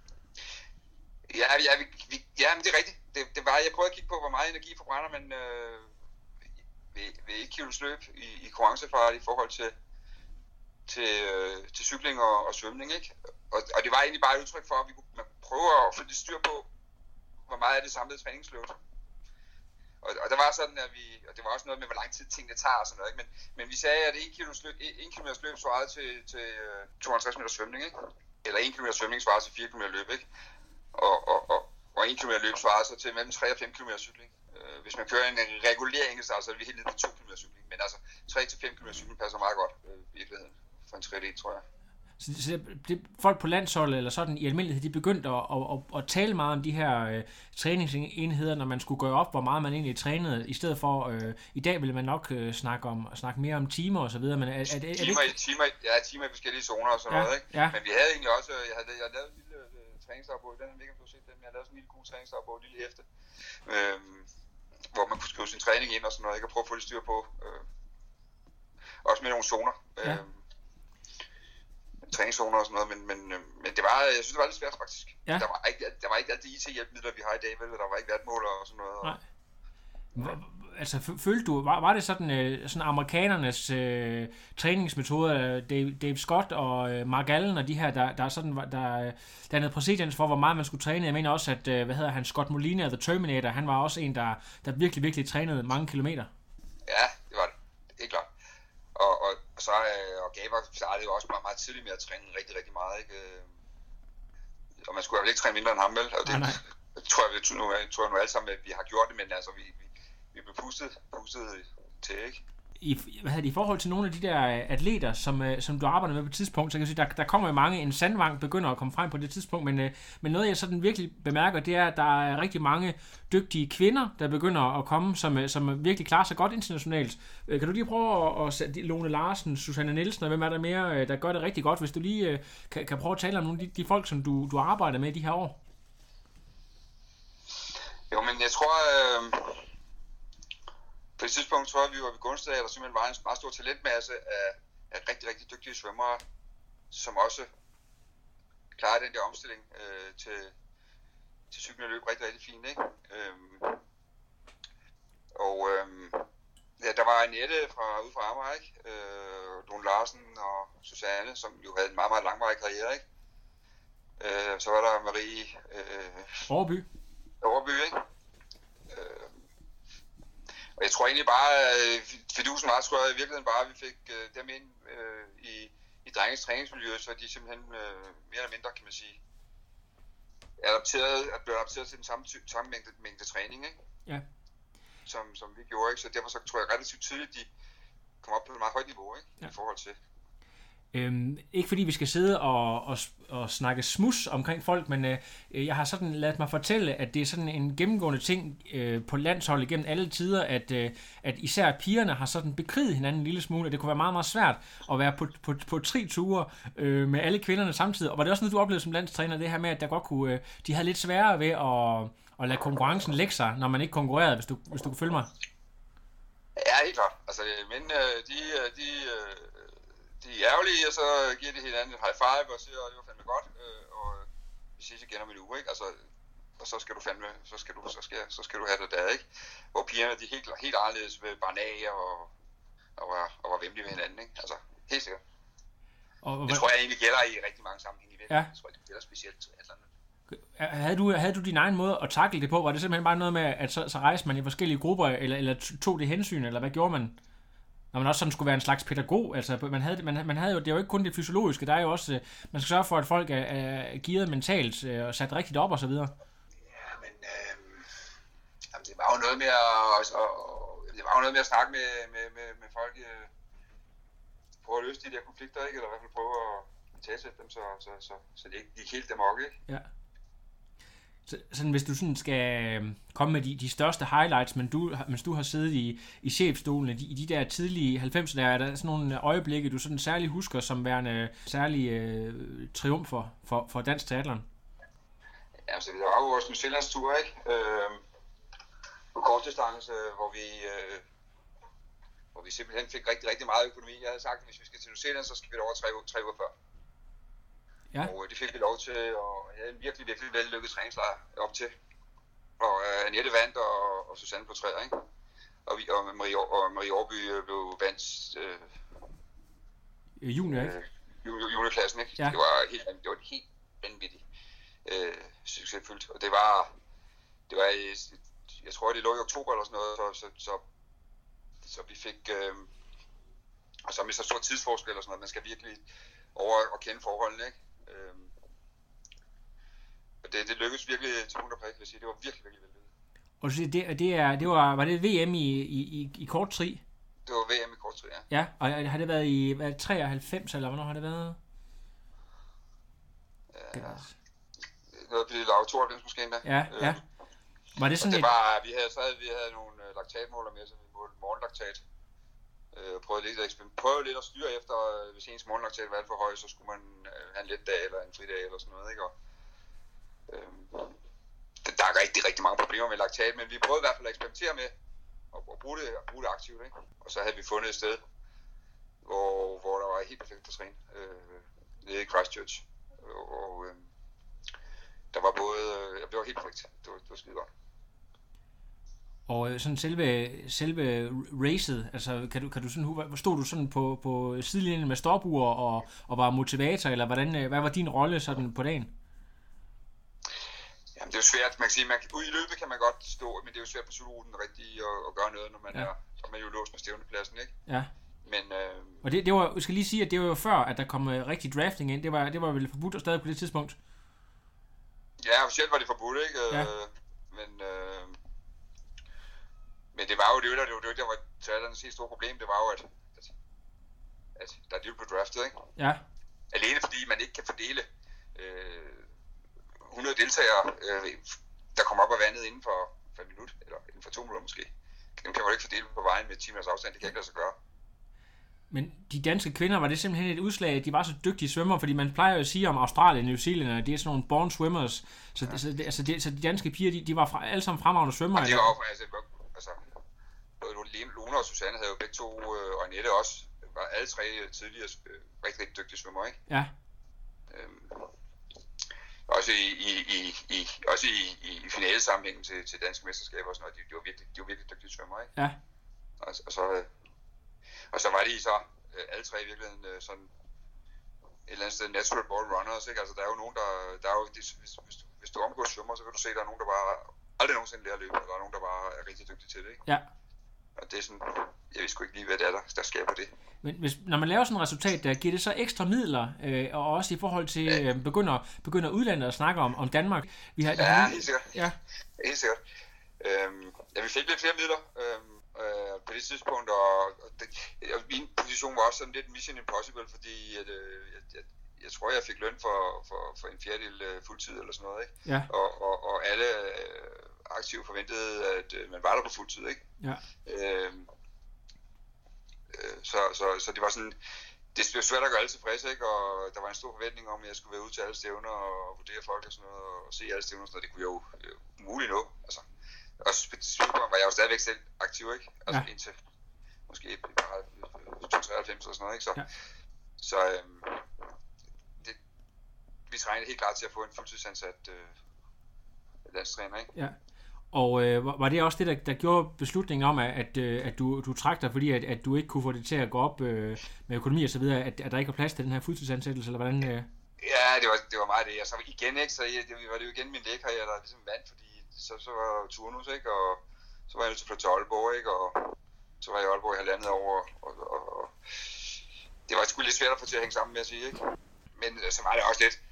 Ja, ja, vi, vi, ja men det er rigtigt. Det, det var, jeg prøvede at kigge på, hvor meget energi forbrænder man øh, ved, ved et kilos løb i, i konkurrencefart i forhold til, til, øh, til cykling og, og svømning, ikke? Og, og det var egentlig bare et udtryk for, at vi kunne prøve at få lidt styr på, hvor meget er det samlede træningsløb. Og, og der var sådan, at vi, og det var også noget med, hvor lang tid tingene tager og sådan noget, ikke? Men, men vi sagde, at en kilometers løb svarede til, til uh, tooghalvtreds meter svømning, ikke? Eller en kilometer svømning svarede til fire kilometer løb, ikke? Og, og, og, og en kilometer løb svarede så til mellem tre og fem kilometer cykling. Uh, hvis man kører en regulering, så er vi helt ned til to kilometer cykling. Men altså, tre til fem kilometer cykling passer meget godt uh, i virkeligheden for en tre D, tror jeg. Så, så det, folk på landsholdet eller sådan i almindelighed, de begyndte at, at, at, at tale meget om de her øh, træningsenheder, når man skulle gøre op, hvor meget man egentlig trænede, i stedet for, øh, i dag ville man nok øh, snakke, om, snakke mere om timer og så videre, men er, er, er, er timer, det... timer, ja, timer i forskellige zoner og sådan ja, noget, ikke? Ja. Men vi havde egentlig også, jeg havde, jeg havde lavet en lille øh, træningsdagbog, den er ikke, om du har set den, men jeg havde lavet sådan en lille god træningsdagbog, en lille hæfte, øh, hvor man kunne skrive sin træning ind og sådan noget, ikke? Og prøve at få det styr på, øh, også med nogle zoner. Ja. Øh, træningszoner og sådan noget, men, men, men det var, jeg synes, det var lidt svært faktisk. Ja. Der var ikke, der var ikke alt de I T-hjælpemidler, vi har i dag, vel? Der var ikke vatmåler og sådan noget. Nej. Altså, følte du, var, var det sådan, øh, sådan amerikanernes øh, træningsmetoder, Dave, Dave Scott og øh, Mark Allen og de her, der, der, sådan, der, der er noget præcedens for, hvor meget man skulle træne. Jeg mener også, at, øh, hvad hedder han, Scott Molina, The Terminator, han var også en, der, der virkelig, virkelig trænede mange kilometer. Ja, det var det. Det er klart. Og, og, og så øh, og Gaber startede jo også meget, meget tidligt med at træne rigtig, rigtig meget, ikke? Og man skulle jo ikke træne mindre end ham, vel? Og det nej, nej. tror jeg, nu, jeg tror jeg nu alle sammen, at vi har gjort det, men altså, vi, vi, vi blev pustet, pustet til, ikke? i, hvad hedder det, i forhold til nogle af de der atleter, som, som du arbejder med på et tidspunkt, så kan jeg sige, der, der kommer jo mange, en Sandvang begynder at komme frem på det tidspunkt, men, men noget jeg sådan virkelig bemærker, det er, at der er rigtig mange dygtige kvinder, der begynder at komme, som, som virkelig klarer sig godt internationalt. Kan du lige prøve at, at sætte Lone Larsen, Susanne Nielsen, og hvem er der mere, der gør det rigtig godt, hvis du lige kan, kan prøve at tale om nogle af de, de folk, som du, du arbejder med i de her år? Jo, men jeg tror, øh, på et tidspunkt tror jeg, vi var ved Gunstad, der simpelthen var en meget stor talentmasse af, af rigtig, rigtig dygtige svømmere, som også klarede den der omstilling øh, til, til cyklen og løb rigtig, rigtig fint, ikke? Øhm, og øhm, ja, der var Annette fra, ude fra Amager, ikke? Øh, Lone Larsen og Susanne, som jo havde en meget, meget langvarig karriere, ikke? Øh, så var der Marie øh, Overby. Overby, ikke? Øh, og jeg tror egentlig bare, at fidusen var sgu i virkeligheden bare, at vi fik øh, dem ind øh, i, i drengens træningsmiljø, så de simpelthen øh, mere eller mindre, kan man sige, adapteret, er blevet adapteret til den samme, ty- samme mængde, mængde træning, ikke? Ja. Som, som vi gjorde, ikke? Så derfor så tror jeg relativt tydeligt, de kom op på et meget højt niveau, ikke? Ja. I forhold til. Øhm, ikke fordi vi skal sidde og, og, og snakke smus omkring folk, men øh, jeg har sådan ladet mig fortælle, at det er sådan en gennemgående ting øh, på landsholdet gennem alle tider, at, øh, at især pigerne har sådan bekriget hinanden en lille smule, og det kunne være meget, meget svært at være på, på, på tre ture øh, med alle kvinderne samtidig. Og var det også noget, du oplevede som landstræner, det her med, at der godt kunne, øh, de havde lidt sværere ved at, at lade konkurrencen lægge sig, når man ikke konkurrerede, hvis du, hvis du kunne følge mig? Ja, helt klart. Altså, men øh, de, de, øh, de er ærgerlige, og så giver de hinanden et high five og siger, at det var fandme godt, øh, og vi ses igen om en uge, ikke? Altså, og så skal du fandme, så skal du, så skal, så skal du have det der, ikke? Hvor pigerne, de er helt, helt anderledes ved barnager og, og, var, og var vemmelige med hinanden, ikke? Altså, helt sikkert. Og, og, det tror jeg egentlig gælder i rigtig mange sammenhæng i virkeligheden. Ja. Jeg tror, det gælder specielt til Atlanten. Havde du, havde du din egen måde at takle det på? Var det simpelthen bare noget med, at så, så rejste man i forskellige grupper, eller, eller tog det hensyn, eller hvad gjorde man? Når man også sådan skulle være en slags pædagog, altså man havde, man, man havde jo, det er jo ikke kun det fysiologiske, der er jo også, man skal sørge for, at folk er, er gearet mentalt og sat rigtigt op og så videre. Ja, men øh, jamen, det var jo noget med at, og, og, det var jo noget med at snakke med, med, med, med folk, øh, prøve at løse de der konflikter, ikke? Eller i hvert fald prøve at tilsætte dem, så, så, så, så det ikke gik helt dem ok, ikke? Ja. Så, sådan, hvis du sådan skal komme med de, de største highlights, men du, mens du har siddet i, i chefstolen i de der tidlige halvfemser, der er der sådan nogle øjeblikke, du sådan særligt husker som værende særlige øh, triumfer for, for dansk triathlon? Ja, så det var jo vores New Zealands tur, ikke? Øh, på kortdistance, hvor vi, øh, hvor vi simpelthen fik rigtig, rigtig meget økonomi. Jeg havde sagt, at hvis vi skal til New Zealand, så skal vi over tre, tre uger før. Ja. Og det fik vi lov til, og jeg havde en virkelig, virkelig vellykket træningslejr op til. Og uh, Annette vandt, og, og Susanne på træer, ikke? Og, vi, og, Marie, og Marie Aarby blev vandt øh, junior, ikke? Øh, juniorklassen, ikke? Ja. Det var helt, det var helt vanvittigt øh, succesfuldt. Og det var, det var, jeg tror, det lå i oktober eller sådan noget, så, så, så, så vi fik, øh, og så med så stor tidsforskel og sådan noget, man skal virkelig over at kende forholdene, ikke? Øhm, og det, det lykkedes virkelig til punkt og prik, vil jeg sige. Det var virkelig, virkelig vellykket. Og så det, det er, det var, var det V M i, i, i kort tri? Det var V M i kort tri, ja. Ja, og har det været i hvad, treoghalvfems, eller hvornår har det været? Ja, noget blev lavet tooghalvfems måske endda. Ja, ja. Øhm, var det sådan det et... var, vi havde, så havde, vi havde nogle laktatmåler med, så vi målte morgenlaktat. Øh, prøvede, lidt at, prøvede lidt at styre efter, øh, hvis ens morgenlaktat var alt for høj, så skulle man øh, have en let dag eller en fridag eller sådan noget, ikke? Og, øh, der er rigtig, rigtig mange problemer med laktat, men vi prøvede i hvert fald at eksperimentere med at, at bruge, det, at bruge det aktivt, ikke? Og så havde vi fundet et sted, hvor, hvor der var helt perfekt at træne, øh, nede i Christchurch, og, og øh, der var både, øh, det var helt perfekt, det var, det var skide godt. Og sådan selve, selve racet, altså kan du, kan du sådan, stod du sådan på, på sidelinjen med stopur og, og var motivator, eller hvordan, hvad var din rolle sådan på dagen? Jamen det er jo svært, man kan sige, man, ude i løbet kan man godt stå, men det er jo svært på cykelruten rigtigt at, at gøre noget, når man ja. er, så er man jo låst med stævnepladsen, ikke? Ja. Men, øh, og det, det var, jeg skal lige sige, at det var jo før, at der kom uh, rigtig drafting ind, det var, det var vel forbudt og stadig på det tidspunkt? Ja, officielt var det forbudt, ikke? Ja. Øh, men, øh, men det var jo jo det, der, det var det, der var teaterens helt store problem, det var jo, at, at, at der er dybt på draftet, ikke? Ja. Alene fordi man ikke kan fordele øh, hundrede deltagere, øh, der kommer op af vandet inden for, for et minut, eller inden for to minutter måske. Dem kan man ikke fordele på vejen med et timers afstand, det kan ikke lade sig gøre. Men de danske kvinder, var det simpelthen et udslag, at de var så dygtige svømmer, fordi man plejer jo at sige om Australien og New Zealand, at det er sådan nogle born swimmers, så, ja. så, det, altså det, så de danske piger, de, de var fra, alle sammen fremragende svømmer. Ja, det var jo, altså, altså, Lone og Susanne havde jo begge to, og Annette også, var alle tre tidligere øh, rigtig, rigtig dygtige svømmer, ikke? Ja. Øhm, også i, i, i, i, også i, i finalesammenhængen til, til danske mesterskaber og sådan noget, de, de, var virkelig, de var virkelig dygtige svømmer, ikke? Ja. Og, og så... Øh, Og så var de så øh, alle tre i virkeligheden øh, sådan et eller andet sted natural born runners, ikke? Altså der er jo nogen, der, der er jo, de, hvis, hvis, du, hvis du omgår svømmer, så vil du se, at der er nogen, der bare aldrig nogensinde lærer at løbe, og der er nogen, der bare er rigtig dygtige til det, ikke? Ja. Og det er sådan, jeg ved sgu ikke lige, hvad det er, der, der skaber det. Men hvis, når man laver sådan et resultat, der giver det så ekstra midler, øh, og også i forhold til, øh, begynder, begynder udlandet at snakke om, om Danmark. Vi har, ja, har helt sikkert. Ja, helt sikkert. Øhm, ja, vi fik lidt flere midler. Øhm, Øh, på det tidspunkt, og, og, det, og min position var også sådan lidt mission impossible, fordi at, øh, jeg, jeg, jeg tror, jeg fik løn for, for, for en fjerdedel øh, fuldtid eller sådan noget, ikke? Ja. Og, og, og alle øh, aktive forventede, at øh, man var der på fuldtid, ikke? Ja. Øh, øh, så, så, så det var sådan, det blev svært at gøre alle tilfredse, ikke? Og der var en stor forventning om, at jeg skulle være ude til alle stævner og vurdere folk og sådan noget, og se alle stævner og sådan noget. Det kunne jeg jo øh, umuligt nå, altså. Og spilgården var jeg jo stadigvæk selv aktiv, ikke? Altså ja. Indtil måske bare treoghalvfems eller sådan noget, ikke? Så, ja. så øhm, det, vi trængte helt klart til at få en fuldtidsansat øh, landstræner, ikke? Ja. Og øh, var det også det, der, der gjorde beslutningen om, at, at, at du, du trak dig, fordi at, at du ikke kunne få det til at gå op øh, med økonomi og så videre, at, at der ikke var plads til den her fuldtidsansættelse, eller hvordan? Øh... Ja, det var, det var meget det. Og så igen, ikke? Så det var det jo igen min lægekarriere, der ligesom vandt, fordi Så, så var jeg turnus, ikke? Og så var jeg nødt til at flytte til Aalborg, ikke? Og så var jeg i Aalborg i halvandet år, og, og, og det var sgu lidt svært at få til at hænge sammen med at sige, ikke? Men så var det også lidt...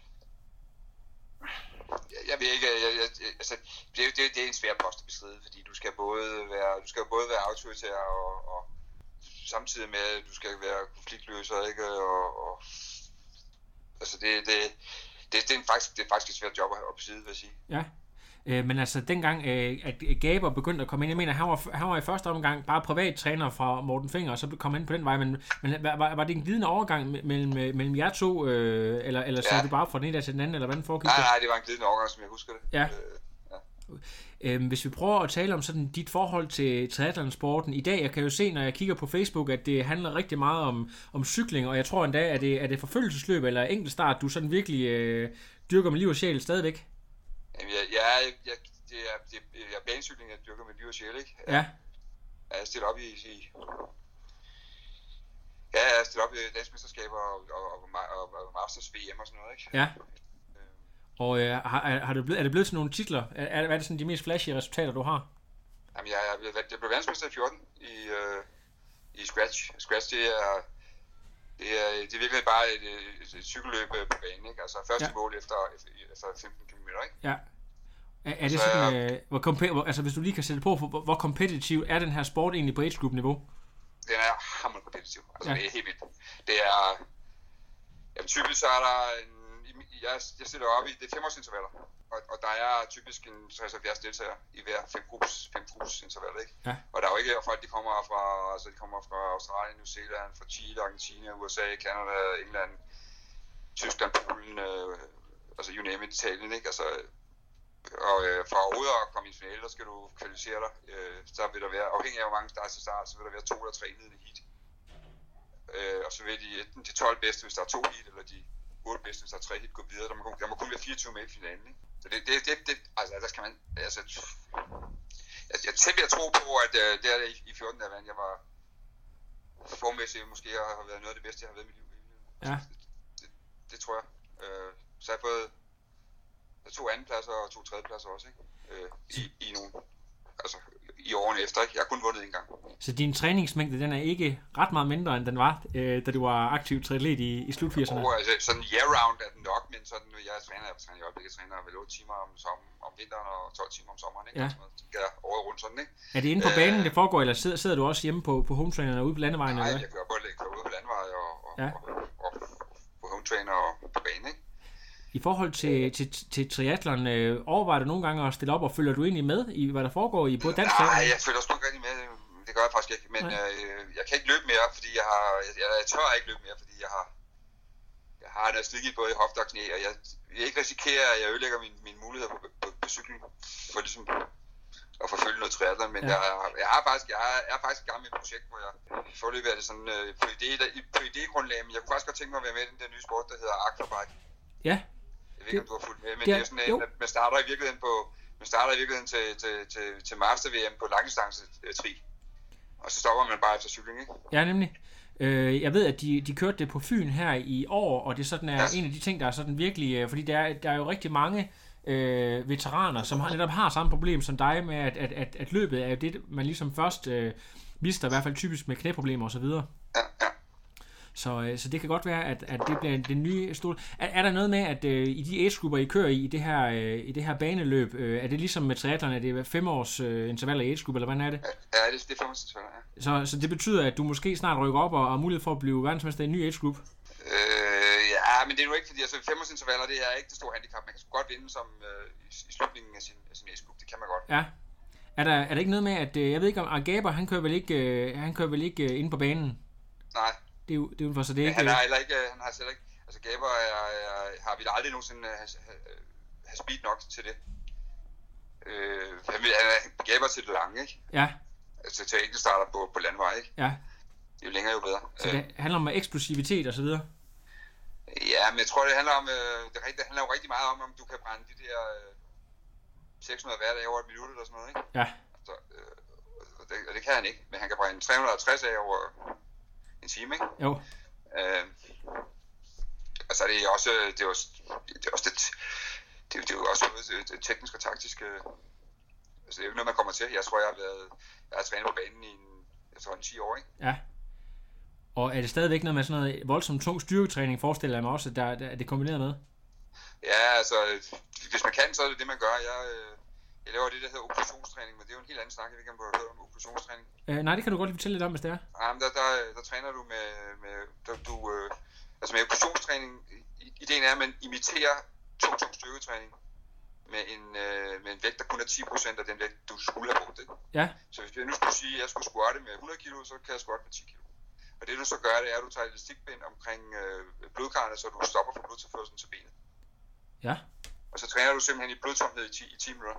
Jeg, jeg ved ikke, jeg, jeg, altså, det, det, det er en svær post at bestride, fordi du skal både være, du skal både være autoritær og, og samtidig med, at du skal være konfliktløser, ikke? Og, og altså, det, det, det, det, er faktisk, det er faktisk et svært job at have op i side, vil jeg sige. Ja. Øh, men altså dengang, øh, at Gaber begyndte at komme ind, jeg mener, han var, han var i første omgang bare privattræner fra Morten Finger, og så kom han ind på den vej, men, men var, var det en glidende overgang mellem, mellem jer to, øh, eller, eller så ja. Du bare fra den ene til den anden, eller hvordan foregik det? Nej, nej, det var en glidende overgang, som jeg husker det. Ja. Øh, Hvis vi prøver at tale om sådan dit forhold til triathlonsporten i dag, jeg kan jo se, når jeg kigger på Facebook, at det handler rigtig meget om, om cykling, og jeg tror endda, at det er det forfølgelsesløb eller enkeltstart, du sådan virkelig øh, dyrker med liv og sjæl stadigvæk. Jamen, jeg, jeg, jeg, det er, det er banecykling, jeg dyrker med liv og sjæl, ikke? Ja. Jeg stiller op i, i ja, jeg stiller op i danske mesterskaber og, og, og, og, og Masters V M og sådan noget, ikke? Ja. Og øh, har, har det blevet, er det blevet til nogle titler? Er, er, er det sådan de mest flashy resultater, du har? Jamen, jeg, jeg, jeg blev verdensmester i fjorten i, øh, i Scratch. Scratch, det er, det er, det er virkelig bare et, et, et cykelløb på banen, ikke? Altså første ja. mål efter, efter femten kilometer, ikke? Ja. Er, er det så, sådan, øh, hvor kompe- altså hvis du lige kan sætte på, hvor, hvor kompetitiv er den her sport egentlig på age group niveau? Den er hammerende kompetitiv. Altså ja. Det er helt vildt. Det er, jamen typisk så er der en, jeg, jeg stiller op i, det er femårsintervaller, og, og der er typisk en tres til halvfjerds deltagere i hver fem gruppes, fem gruppes intervaller, ikke? Ja. Og der er jo ikke folk, de kommer fra, altså de kommer fra Australien, New Zealand, fra Chile, Argentina, U S A, Canada, England, Tyskland, Polen, øh, altså you name it, Italien, ikke? Altså, og øh, for overhovedet at komme i en finale, der skal du kvalificere dig, øh, så vil der være, afhængig af hvor mange der er til start, så vil der være to eller tre indledende heat. Øh, og så vil de enten de tolv bedste, hvis der er to heat, eller de otte bedste, hvis der er tre heat, gå videre. Der må, der må kun være fireogtyve med i finalen, ikke? Så det, det, det, det altså, der skal man, altså, jeg, jeg tænker, jeg tror på, at øh, det er i, i fjorten, der vandt, jeg var formæssigt, måske har været noget af det bedste, jeg har været i mit liv. Ja. Det, det, det tror jeg. Øh, så jeg har fået to andenpladser og to tredjepladser også, ikke? Øh, i, i nogle altså, i årene efter. Ikke? Jeg har kun vundet en gang. Så din træningsmængde, den er ikke ret meget mindre, end den var, øh, da du var aktiv triatlet i, i slut firserne? Oh, altså, sådan year-round er den nok, men sådan, jeg træner, jeg træner i øjeblikket, jeg træner vel otte timer om, som, om vinteren og tolv timer om sommeren, ikke? Ja. Ja, året rundt sådan, ikke? Er det inde på banen, det foregår, eller sidder, sidder du også hjemme på, på hometrainerne ude på landevejen? Nej, eller jeg kører både kører ude på landevejen og, og, ja. og, og, og på hometrainer og på banen, ikke? I forhold til, til, til triathlon, øh, overvejer du nogle gange at stille op, og følger du egentlig med i, hvad der foregår i både dansk triathlon? Nej, jeg følger også ikke rigtig med. Det gør jeg faktisk ikke, men øh, jeg kan ikke løbe mere, fordi jeg har, jeg, jeg tør ikke løbe mere, fordi jeg har, jeg har noget slidgigt både i hofter og knæ, og jeg, jeg ikke risikerer, at jeg ødelægger mine, mine muligheder på, på, på cyklen, for ligesom at forfølge noget triathlon, men ja. jeg, jeg, har faktisk, jeg, er, jeg er faktisk i gang med et projekt, hvor jeg forløbet er det sådan øh, på, idé, der, på idégrundlag, men jeg kunne faktisk godt tænke mig at være med i den der nye sport, der hedder Aquabike. Ja. Jeg ved ikke, om du har fulgt med, men det er, det er sådan en, man starter i virkeligheden på, man starter i virkeligheden til, til, til, til Master-V M på langdistance tri. Og så stopper man bare efter cykling, ikke? Ja, nemlig. Øh, jeg ved, at de, de kørte det på Fyn her i år, og det sådan er ja. en af de ting, der er sådan virkelig... Fordi der er, der er jo rigtig mange øh, veteraner, som har, netop har samme problem som dig med, at, at, at, at løbet er jo det, man ligesom først øh, mister, i hvert fald typisk med knæproblemer osv. Ja, ja. Så, øh, så det kan godt være, at, at det bliver den nye stol. Er, er der noget med, at øh, i de age-grupper, I kører i, i det her, øh, i det her baneløb, øh, er det ligesom med triathlon, er det fem års øh, intervaller i age-grupper, eller hvordan er det? Ja, det, det er fem års intervaller, ja. Så, så det betyder, at du måske snart rykker op og har mulighed for at blive verdensmester i en ny age-group? Øh, ja, men det er nu ikke, fordi altså, fem års intervaller, det er ikke det store handicap. Man kan sgu godt vinde som øh, i, i slutningen af sin, af sin age-group, det kan man godt. Ja. Er der, er der ikke noget med, at, øh, jeg ved ikke om Agaber, han kører vel ikke, øh, han kører vel ikke øh, inde på banen? Nej. Det er jo, det er jo for, så det er ikke... Han har heller ikke, han har selv ikke, altså Gaber er, er, har vi aldrig nogensinde have, have speed nok til det. Øh, han vil, han er Gaber til det lange, ikke? Ja. Altså til ikke starter på, på landvej, ikke? Ja. Jo længere, jo bedre. Så det handler om eksplosivitet og så videre? Ja, men jeg tror, det handler om, det handler jo rigtig meget om, om du kan brænde de der seks hundrede hver dag over et minut eller sådan noget, ikke? Ja. Altså, og, det, og det kan han ikke, men han kan brænde tre hundrede og tres af over en time, ikke? Jo. Øh, og så er det også, det er også, det er også det, det, det er jo også noget det teknisk og taktisk. Altså det er jo ikke noget, man kommer til. Jeg tror, jeg har været, jeg har trænet på banen i en, jeg tror, en ti år, ikke? Ja. Og er det stadigvæk noget med sådan noget voldsomt tung styrketræning, forestiller jeg mig også, at der, der er det kombineret med? Ja, altså, hvis man kan, så er det det, man gør. Jeg, jeg laver det, der hedder okklusionstræning, men det er jo en helt anden snak. Jeg ved ikke, om du har hørt om okklusionstræning. Øh, nej, det kan du godt lige fortælle lidt om, hvis det er. Ja, men der, der, der træner du med, med der, du, øh, altså med okklusionstræning, ideen er, at man imiterer tung, tung styrketræning med en, øh, med en vægt, der kun er ti procent af den vægt, du skulle have brugt, ikke? Ja. Så hvis jeg nu skulle sige, at jeg skulle squatte med hundrede kilo, så kan jeg squatte med ti kilo. Og det du så gør, det er, at du tager et elastikbind omkring øh, blodkarrene, så du stopper for blodtilførslen til benet. Ja. Og så træner du simpelthen i blodtomhed i ti, i ti minutter.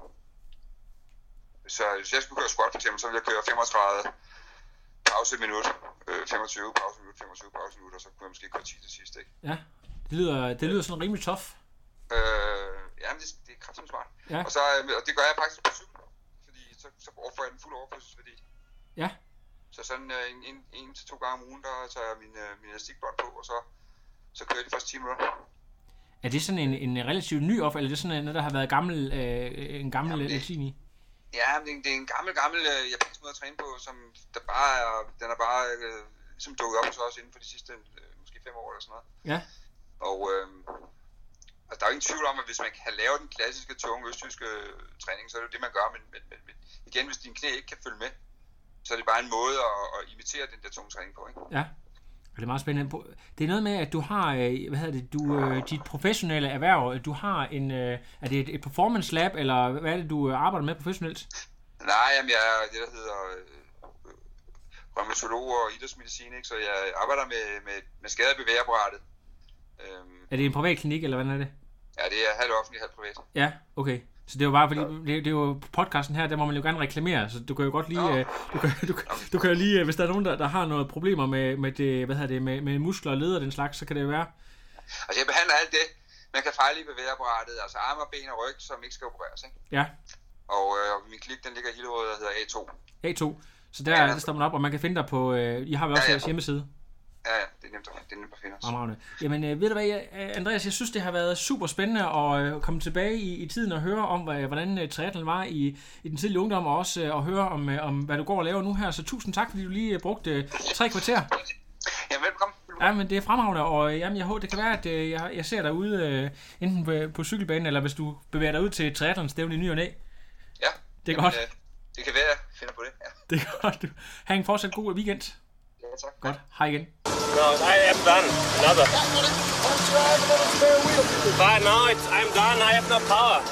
Så hvis jeg skulle køre squat for eksempel, så ville jeg køre femogtredive pause et minut, øh, femogtyve pause et minut, femogtyve pause et minut, og så kunne jeg måske køre ti til sidst, ikke? Ja, det lyder, det lyder sådan rimelig tough. Øh, ja, men det, det er kraftigt smart. Ja. Og, så, og det gør jeg faktisk på cykel, fordi så, så får jeg den fuld overførselsværdi. Ja. Så sådan øh, en, en, en til to gange om ugen, der tager jeg min, øh, min elastikbånd på, og så, så kører jeg de første ti minutter. Er det sådan en, en relativt ny offer, eller er det sådan noget, der har været gammel, øh, en gammel latin i? Ja, men det, det er en gammel, gammel øh, japansk måde at træne på, som der bare er, den er bare øh, ligesom dukket op hos os inden for de sidste øh, måske fem år eller sådan noget. Ja. Og øh, altså, der er jo ingen tvivl om, at hvis man kan lave den klassiske, tunge, østtyske træning, så er det jo det, man gør, men, men, men, men igen, hvis dine knæ ikke kan følge med, så er det bare en måde at, at imitere den der tunge træning på, ikke? Ja. Det er meget spændende. Det er noget med, at du har, hvad hedder det, du, dit professionelle erhverv, du har en, er det et, et performance lab, eller hvad er det, du arbejder med professionelt? Nej, jamen jeg er det, der hedder øh, rheumatolog og idrætsmedicin, ikke? Så jeg arbejder med, med, med skade- og bevægeapparatet. Øhm, er det en privat klinik, eller hvordan er det? Ja, det er halvt offentligt, halvt privat. Ja, okay. Så det er jo bare fordi, det, det er jo podcasten her, der må man jo gerne reklamere, så du kan jo godt lige, Nå. du kan, du, du kan jo lige, hvis der er nogen, der, der har noget problemer med, med det, hvad hedder det, med, med muskler og led og den slags, så kan det jo være. Altså jeg behandler alt det, man kan fejle i bevægeapparatet, altså arme og ben og ryg, som ikke skal opereres, ikke? Ja. Og øh, min klinik, den ligger i Hillerød, der hedder A to. A to. Så der, ja, der står man op, og man kan finde dig på, øh, I har vel også ja, ja. jeres hjemmeside? Ja, ja, det er nemt at, det er nemt at finde os. Fremragende. Jamen, øh, ved du hvad, jeg, Andreas, jeg synes, det har været super spændende at øh, komme tilbage i, i tiden og høre om, hvad, hvordan øh, triathlon var i, i den tidlige ungdom, og også øh, at høre om, øh, om, hvad du går og laver nu her. Så tusind tak, fordi du lige øh, brugte øh, tre kvarter. Ja, velkommen. Ja, men det er fremragende, og øh, jamen, jeg håber, det kan være, at øh, jeg, jeg ser dig ude, øh, enten på, på cykelbanen, eller hvis du bevæger dig ud til triathlon-stævne i ny og næ. Ja. Det er jamen, godt. Øh, det kan være, jeg finder på det, ja. Det er godt. Du. Ha' en fortsat god weekend. Ja, tak. Godt. Hej igen. No, I am done. Another. But no, it's, I'm done. I have no power.